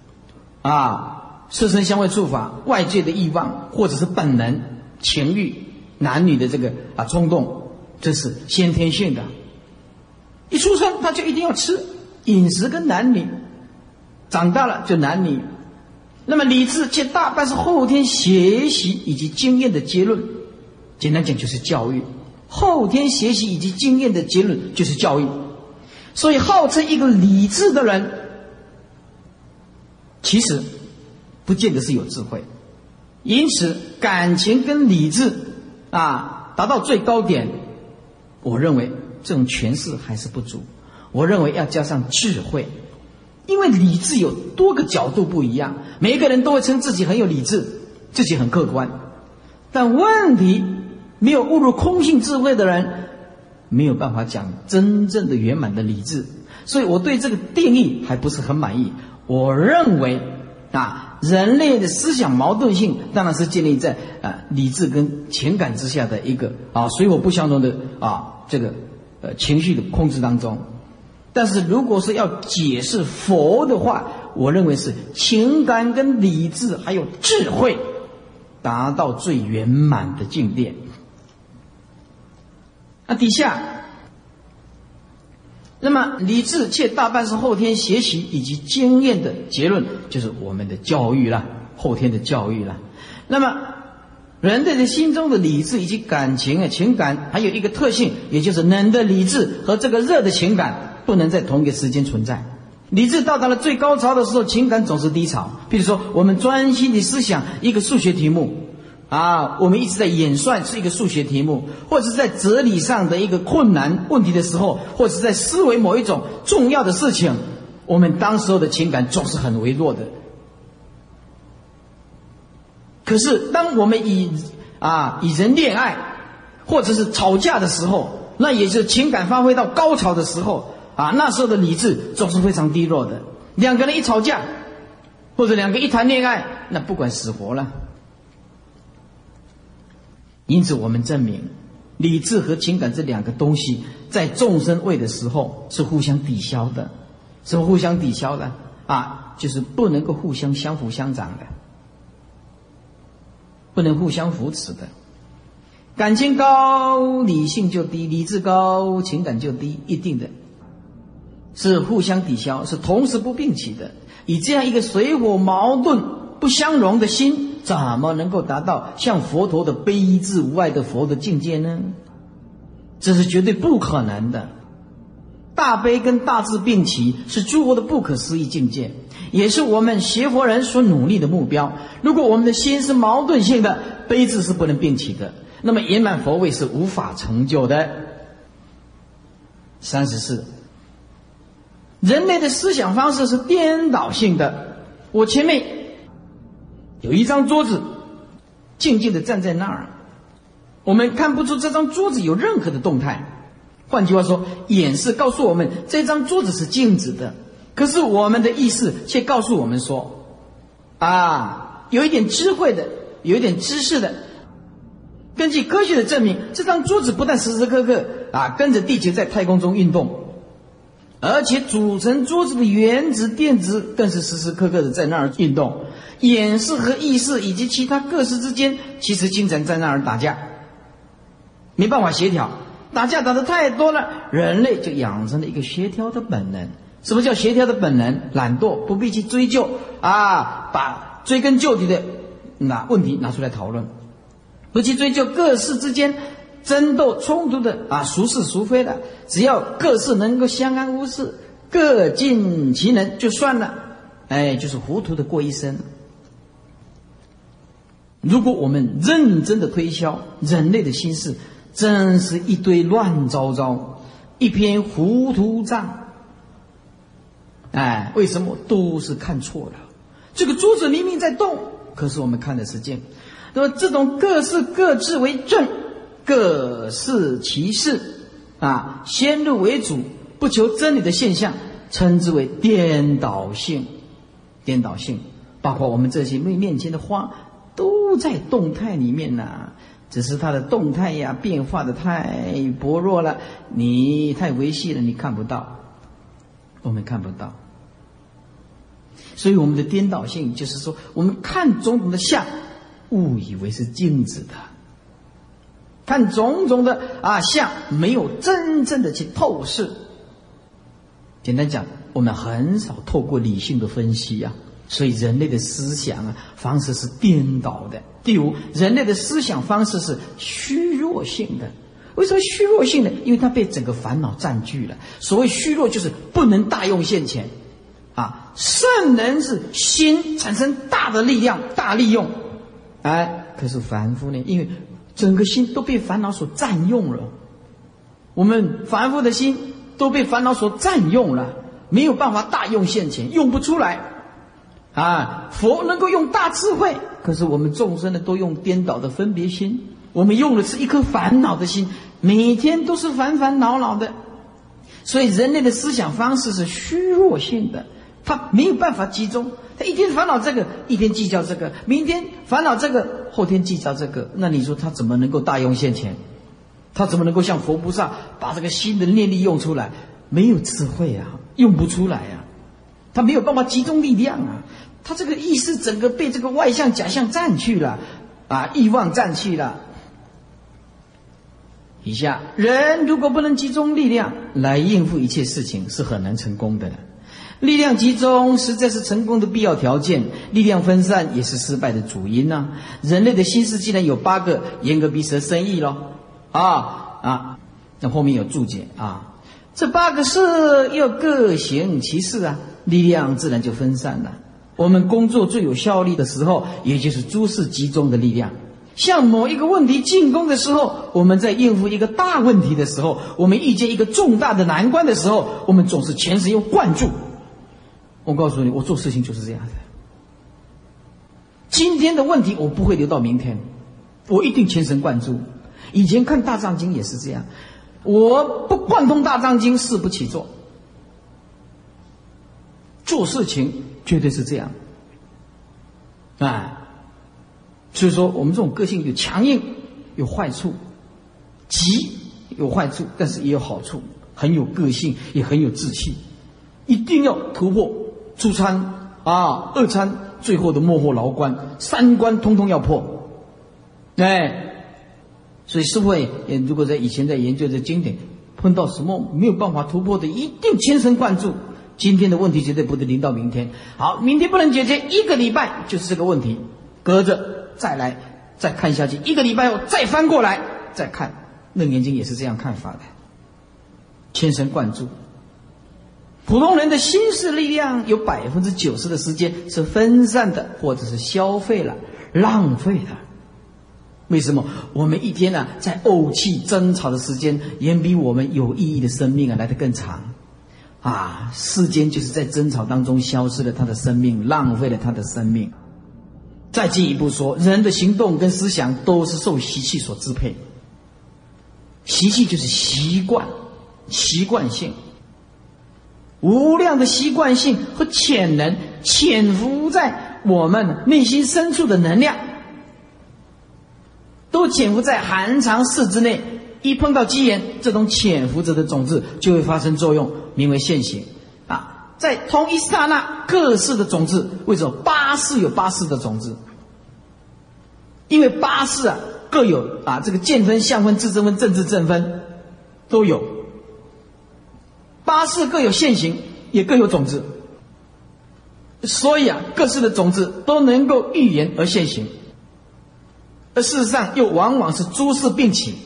B: 色声香味触法外界的欲望，或者是本能情欲男女的这个冲动，这是先天性的。一出生他就一定要吃，饮食跟男女，长大了就男女。那么理智却大半是后天学习以及经验的结论，简单讲就是教育。后天学习以及经验的结论就是教育。所以号称一个理智的人，其实不见得是有智慧。因此感情跟理智达到最高点，我认为这种诠释还是不足，我认为要加上智慧。因为理智有多个角度不一样，每一个人都会称自己很有理智，自己很客观，但问题没有悟入空性智慧的人没有办法讲真正的圆满的理智。所以我对这个定义还不是很满意。我认为人类的思想矛盾性当然是建立在理智跟情感之下的一个水火不相容的这个情绪的控制当中。但是如果是要解释佛的话，我认为是情感跟理智还有智慧达到最圆满的境界。底下，那么理智却大半是后天学习以及经验的结论，就是我们的教育啦，后天的教育啦。那么人类的心中的理智以及感情情感还有一个特性，也就是冷的理智和这个热的情感不能在同一个时间存在。理智到达了最高潮的时候，情感总是低潮。比如说我们专心的思想一个数学题目我们一直在演算是一个数学题目，或者是在哲理上的一个困难问题的时候，或者是在思维某一种重要的事情，我们当时候的情感总是很微弱的。可是当我们以人恋爱或者是吵架的时候，那也就是情感发挥到高潮的时候那时候的理智总是非常低落的。两个人一吵架，或者两个一谈恋爱，那不管死活了。因此我们证明理智和情感这两个东西在众生位的时候是互相抵消的。什么互相抵消的就是不能够互相相辅相长的，不能互相扶持的。感情高理性就低，理智高情感就低，一定的是互相抵消，是同时不并起的。以这样一个水火矛盾不相容的心，怎么能够达到像佛陀的悲智无碍的佛的境界呢？这是绝对不可能的。大悲跟大智并起是诸佛的不可思议境界，也是我们学佛人所努力的目标。如果我们的心是矛盾性的，悲智是不能并起的，那么圆满佛位是无法成就的。34，人类的思想方式是颠倒性的。我前面有一张桌子静静地站在那儿，我们看不出这张桌子有任何的动态。换句话说，眼识告诉我们这张桌子是静止的，可是我们的意识却告诉我们说有一点智慧的，有一点知识的，根据科学的证明，这张桌子不但时时刻刻跟着地球在太空中运动，而且组成桌子的原子电子更是时时刻刻的在那儿运动。眼识和意识以及其他各识之间其实经常在那儿打架，没办法协调，打架打得太多了，人类就养成了一个协调的本能。什么叫协调的本能？懒惰，不必去追究把追根究底的问题拿出来讨论，不去追究各识之间争斗冲突的孰是孰非的，只要各识能够相安无事，各尽其能就算了，就是糊涂的过一生。如果我们认真的推销人类的心事，真是一堆乱糟糟，一篇糊涂账。为什么都是看错了？这个桌子明明在动，可是我们看的是见。那么这种各事各智为正，各事其事先入为主，不求真理的现象，称之为颠倒性。颠倒性包括我们这些面前的花都在动态里面只是它的动态变化的太薄弱了，你太微细了，你看不到，我们看不到。 所以我们的颠倒性就是说，我们看种种的相，误以为是镜子的，看种种的相，没有真正的去透视。简单讲，我们很少透过理性的分析啊，所以人类的思想方式是颠倒的。第五，人类的思想方式是虚弱性的。为什么虚弱性呢？因为它被整个烦恼占据了。所谓虚弱，就是不能大用现前圣人是心产生大的力量，大利用。可是凡夫呢，因为整个心都被烦恼所占用了，我们凡夫的心都被烦恼所占用了，没有办法大用现前，用不出来。佛能够用大智慧，可是我们众生呢，都用颠倒的分别心，我们用的是一颗烦恼的心，每天都是烦烦恼恼的。所以人类的思想方式是虚弱性的，他没有办法集中，他一天烦恼这个，一天计较这个，明天烦恼这个，后天计较这个，那你说他怎么能够大用现前？他怎么能够像佛菩萨把这个心的念力用出来？没有智慧用不出来他没有办法集中力量他这个意识整个被这个外相假象占去了欲望占去了。以下人如果不能集中力量来应付一切事情，是很难成功的。力量集中实在是成功的必要条件，力量分散也是失败的主因人类的心事既然有8个，眼耳鼻舌身意咯那后面有注解这8个事又各行其事力量自然就分散了。我们工作最有效率的时候，也就是诸事集中的力量。向某一个问题进攻的时候，我们在应付一个大问题的时候，我们遇见一个重大的难关的时候，我们总是全神又贯注。我告诉你，我做事情就是这样的。今天的问题我不会留到明天，我一定全神贯注。以前看大藏经也是这样，我不贯通大藏经，事不起做。做事情绝对是这样所以说我们这种个性有强硬，有坏处，急有坏处，但是也有好处，很有个性，也很有志气，一定要突破初参二参，最后的末后牢关，3关通通要破。所以师父也如果以前在研究这经典，碰到什么没有办法突破的，一定全神贯注。今天的问题绝对不能临到明天，好，明天不能解决，1个礼拜就是这个问题，隔着再来再看下去，1个礼拜后再翻过来再看。楞严经也是这样看法的，全神贯注。普通人的心事力量有90%的时间是分散的，或者是消费了，浪费了。为什么我们一天在怄气争吵的时间，远比我们有意义的生命来得更长世间就是在争吵当中消失了他的生命，浪费了他的生命。再进一步说，人的行动跟思想都是受习气所支配。习气就是习惯，习惯性，无量的习惯性和潜能潜伏在我们内心深处的能量，都潜伏在含藏识之内。一碰到机缘，这种潜伏着的种子就会发生作用，名为现行在同一刹那，各式的种子，为什么8识有8识的种子？因为8识各有这个见分、相分、智正分、正智正分都有，8识各有现行，也各有种子，所以各式的种子都能够预言而现行，而事实上又往往是诸事并起，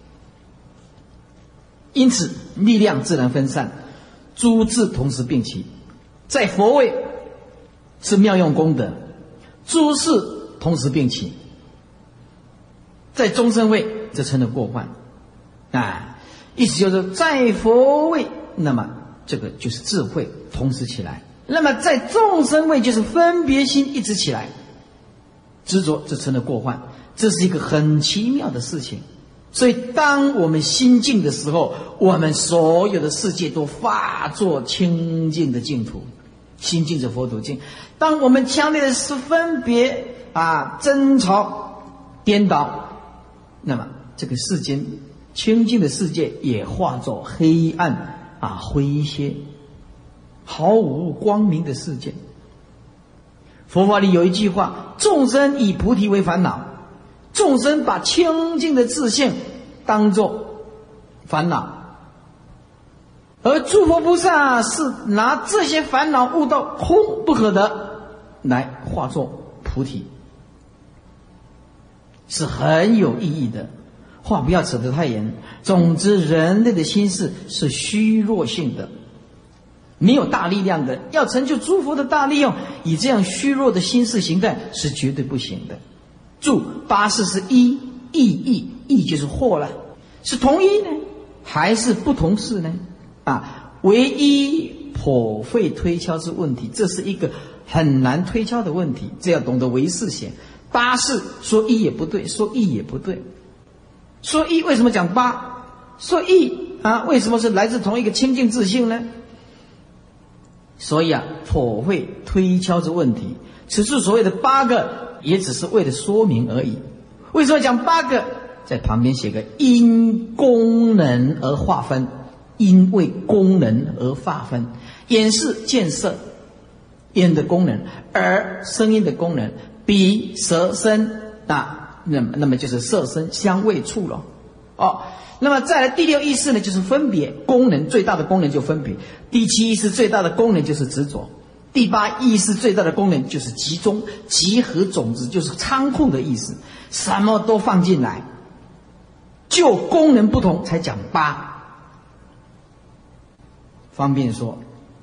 B: 因此力量自然分散，诸智同时并起。在佛位是妙用功德，诸事同时并起；在中生位这称得过患意思就是在佛位，那么这个就是智慧同时起来；那么在众生位就是分别心一直起来，执着这称得过患。这是一个很奇妙的事情。所以当我们心静的时候，我们所有的世界都化作清净的净土，心静着佛土静。当我们强烈的是分别争吵颠倒，那么这个世间清净的世界也化作黑暗灰些毫无光明的世界。 佛法里有一句话：众生以菩提为烦恼。众生把清净的自性当作烦恼，而诸佛菩萨是拿这些烦恼悟到空不可得来化作菩提，是很有意义的。话不要扯得太远。总之，人类的心事是虚弱性的，没有大力量的。要成就诸佛的大利用，以这样虚弱的心事形态是绝对不行的。注八事是一义就是惑了，是同一呢，还是不同事呢？唯一颇费推敲之问题，这是一个很难推敲的问题。这要懂得唯识学。八事说一也不对，说一也不对。说一为什么讲八？说一为什么是来自同一个清净自性呢？所以颇费推敲之问题。此处所谓的八个，也只是为了说明而已。为什么讲八个？在旁边写个因功能而划分，因为功能而划分。眼是见色，眼的功能；耳声音的功能；鼻舌身那么就是色身香味触了。那么再来第六意识呢，就是分别功能，最大的功能就分别。第七意识最大的功能就是执着。第八意识最大的功能就是集中，集合种子就是仓库的意思，什么都放进来，就功能不同才讲八，方便说。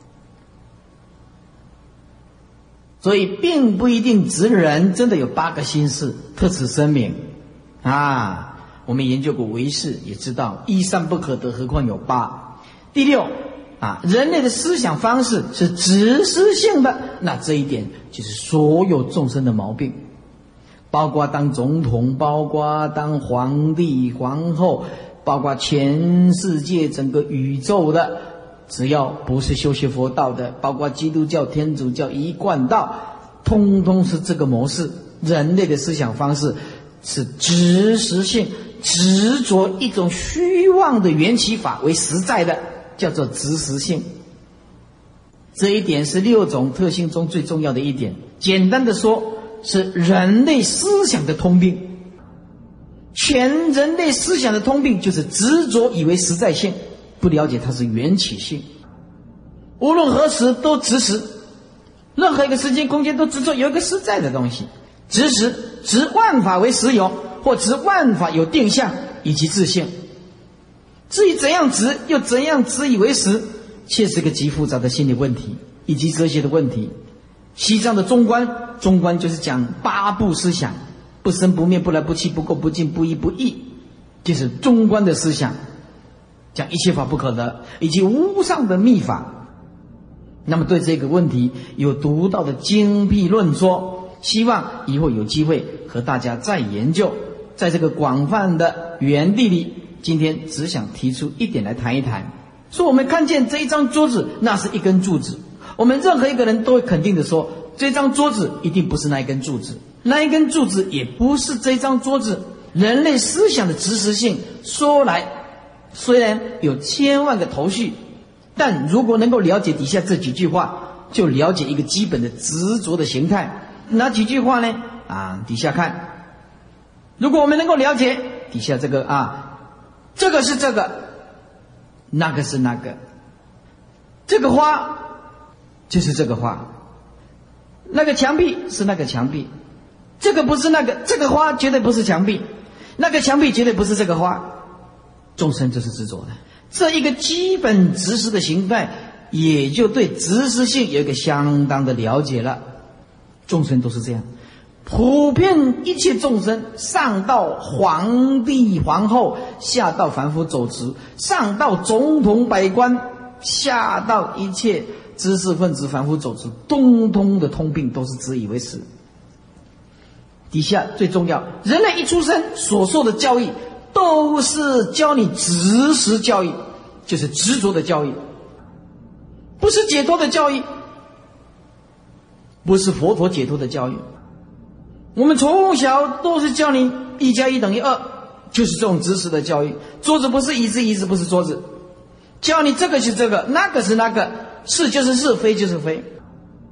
B: 所以并不一定指人真的有八个心事，特此声明我们研究过唯识，也知道一三不可得，何况有八。第六人类的思想方式是执思性的，那这一点就是所有众生的毛病，包括当总统，包括当皇帝皇后，包括全世界整个宇宙的，只要不是修学佛道的，包括基督教、天主教、一贯道，通通是这个模式。人类的思想方式是执实性，执着一种虚妄的缘起法为实在的，叫做执实性。这一点是六种特性中最重要的一点。简单的说，是人类思想的通病。全人类思想的通病就是执着以为实在性，不了解它是缘起性。无论何时都执实，任何一个时间空间都执着有一个实在的东西。执实，执万法为实有，或执万法有定向以及自性。至于怎样执，又怎样执以为实，却是个极复杂的心理问题以及哲学的问题。西藏的中观就是讲八部思想，不生不灭，不来不去，不垢不净，不依不异，就是中观的思想，讲一切法不可得，以及无上的密法。那么对这个问题有独到的精辟论说，希望以后有机会和大家再研究。在这个广泛的园地里，今天只想提出一点来谈一谈。说我们看见这一张桌子，那是一根柱子，我们任何一个人都会肯定的说，这张桌子一定不是那一根柱子，那一根柱子也不是这张桌子。人类思想的执实性说来虽然有千万个头绪，但如果能够了解底下这几句话，就了解一个基本的执着的形态。哪几句话呢？底下看。如果我们能够了解底下这个这个是这个，那个是那个，这个花就是这个花，那个墙壁是那个墙壁，这个不是那个，这个花绝对不是墙壁，那个墙壁绝对不是这个花。众生就是执着的，这一个基本执实的形态，也就对执实性有一个相当的了解了。众生都是这样，普遍一切众生，上到皇帝皇后，下到凡夫走卒，上到总统百官，下到一切知识分子凡夫走卒，通通的通病都是自以为是。底下最重要，人类一出生所受的教育都是教你执实教育，就是执着的教育，不是解脱的教育，不是佛陀解脱的教育。我们从小都是教你1+1等于2，就是这种知识的教育。桌子不是椅子，椅子不是桌子，教你这个是这个，那个是那个，是就是是，非就是非。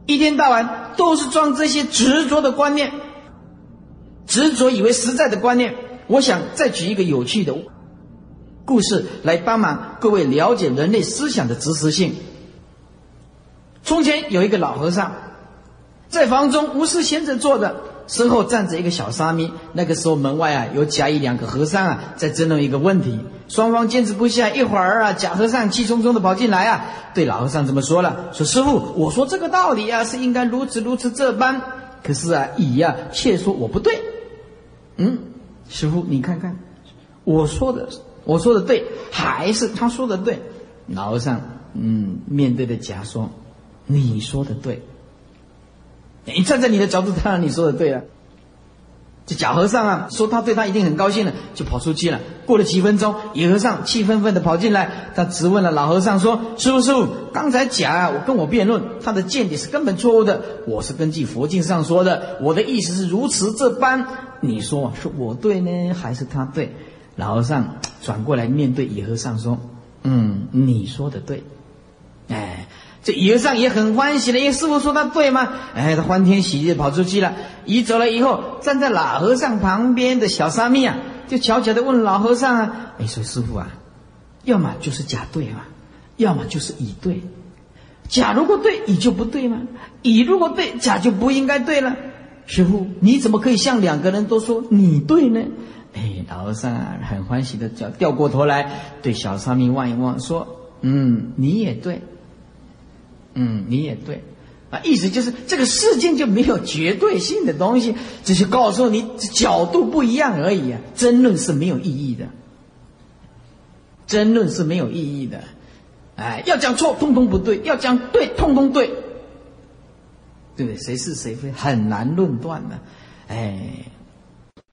B: 一天到晚都是装这些执着的观念，执着以为实在的观念。我想再举一个有趣的故事来帮忙各位了解人类思想的执实性。从前有一个老和尚，在房中无事闲着坐着，身后站着一个小沙弥。那个时候门外有甲乙两个和尚在争论一个问题，双方坚持不下。一会儿甲和尚气冲冲的跑进来对老和尚这么说了，说师父，我说这个道理是应该如此如此这般，可是乙却说我不对。师父你看看，我说的对，还是他说的对？老和尚面对着甲说，你说的对。你站在你的角度，当然你说的对了。这甲和尚说他对他一定很高兴了，就跑出去了。过了几分钟，乙和尚气愤愤的跑进来，他质问了老和尚说，师父，刚才甲我跟我辩论，他的见解是根本错误的，我是根据佛经上说的，我的意思是如此这般，你说是我对呢，还是他对？老和尚转过来面对乙和尚说，你说的对。这乙和尚也很欢喜了，因为师父说他对吗？他欢天喜地跑出去了。乙走了以后，站在老和尚旁边的小沙弥就悄悄地问老和尚说师父要么就是甲对嘛，要么就是乙对。甲如果对，乙就不对吗？乙如果对，甲就不应该对了。师父，你怎么可以向两个人都说你对呢？老和尚很欢喜的掉过头来对小沙弥望一望，说你也对。你也对意思就是这个世界就没有绝对性的东西，只是告诉你角度不一样而已争论是没有意义的，争论是没有意义的。要讲错通通不对，要讲对通通对，对不对？谁是谁非很难论断的。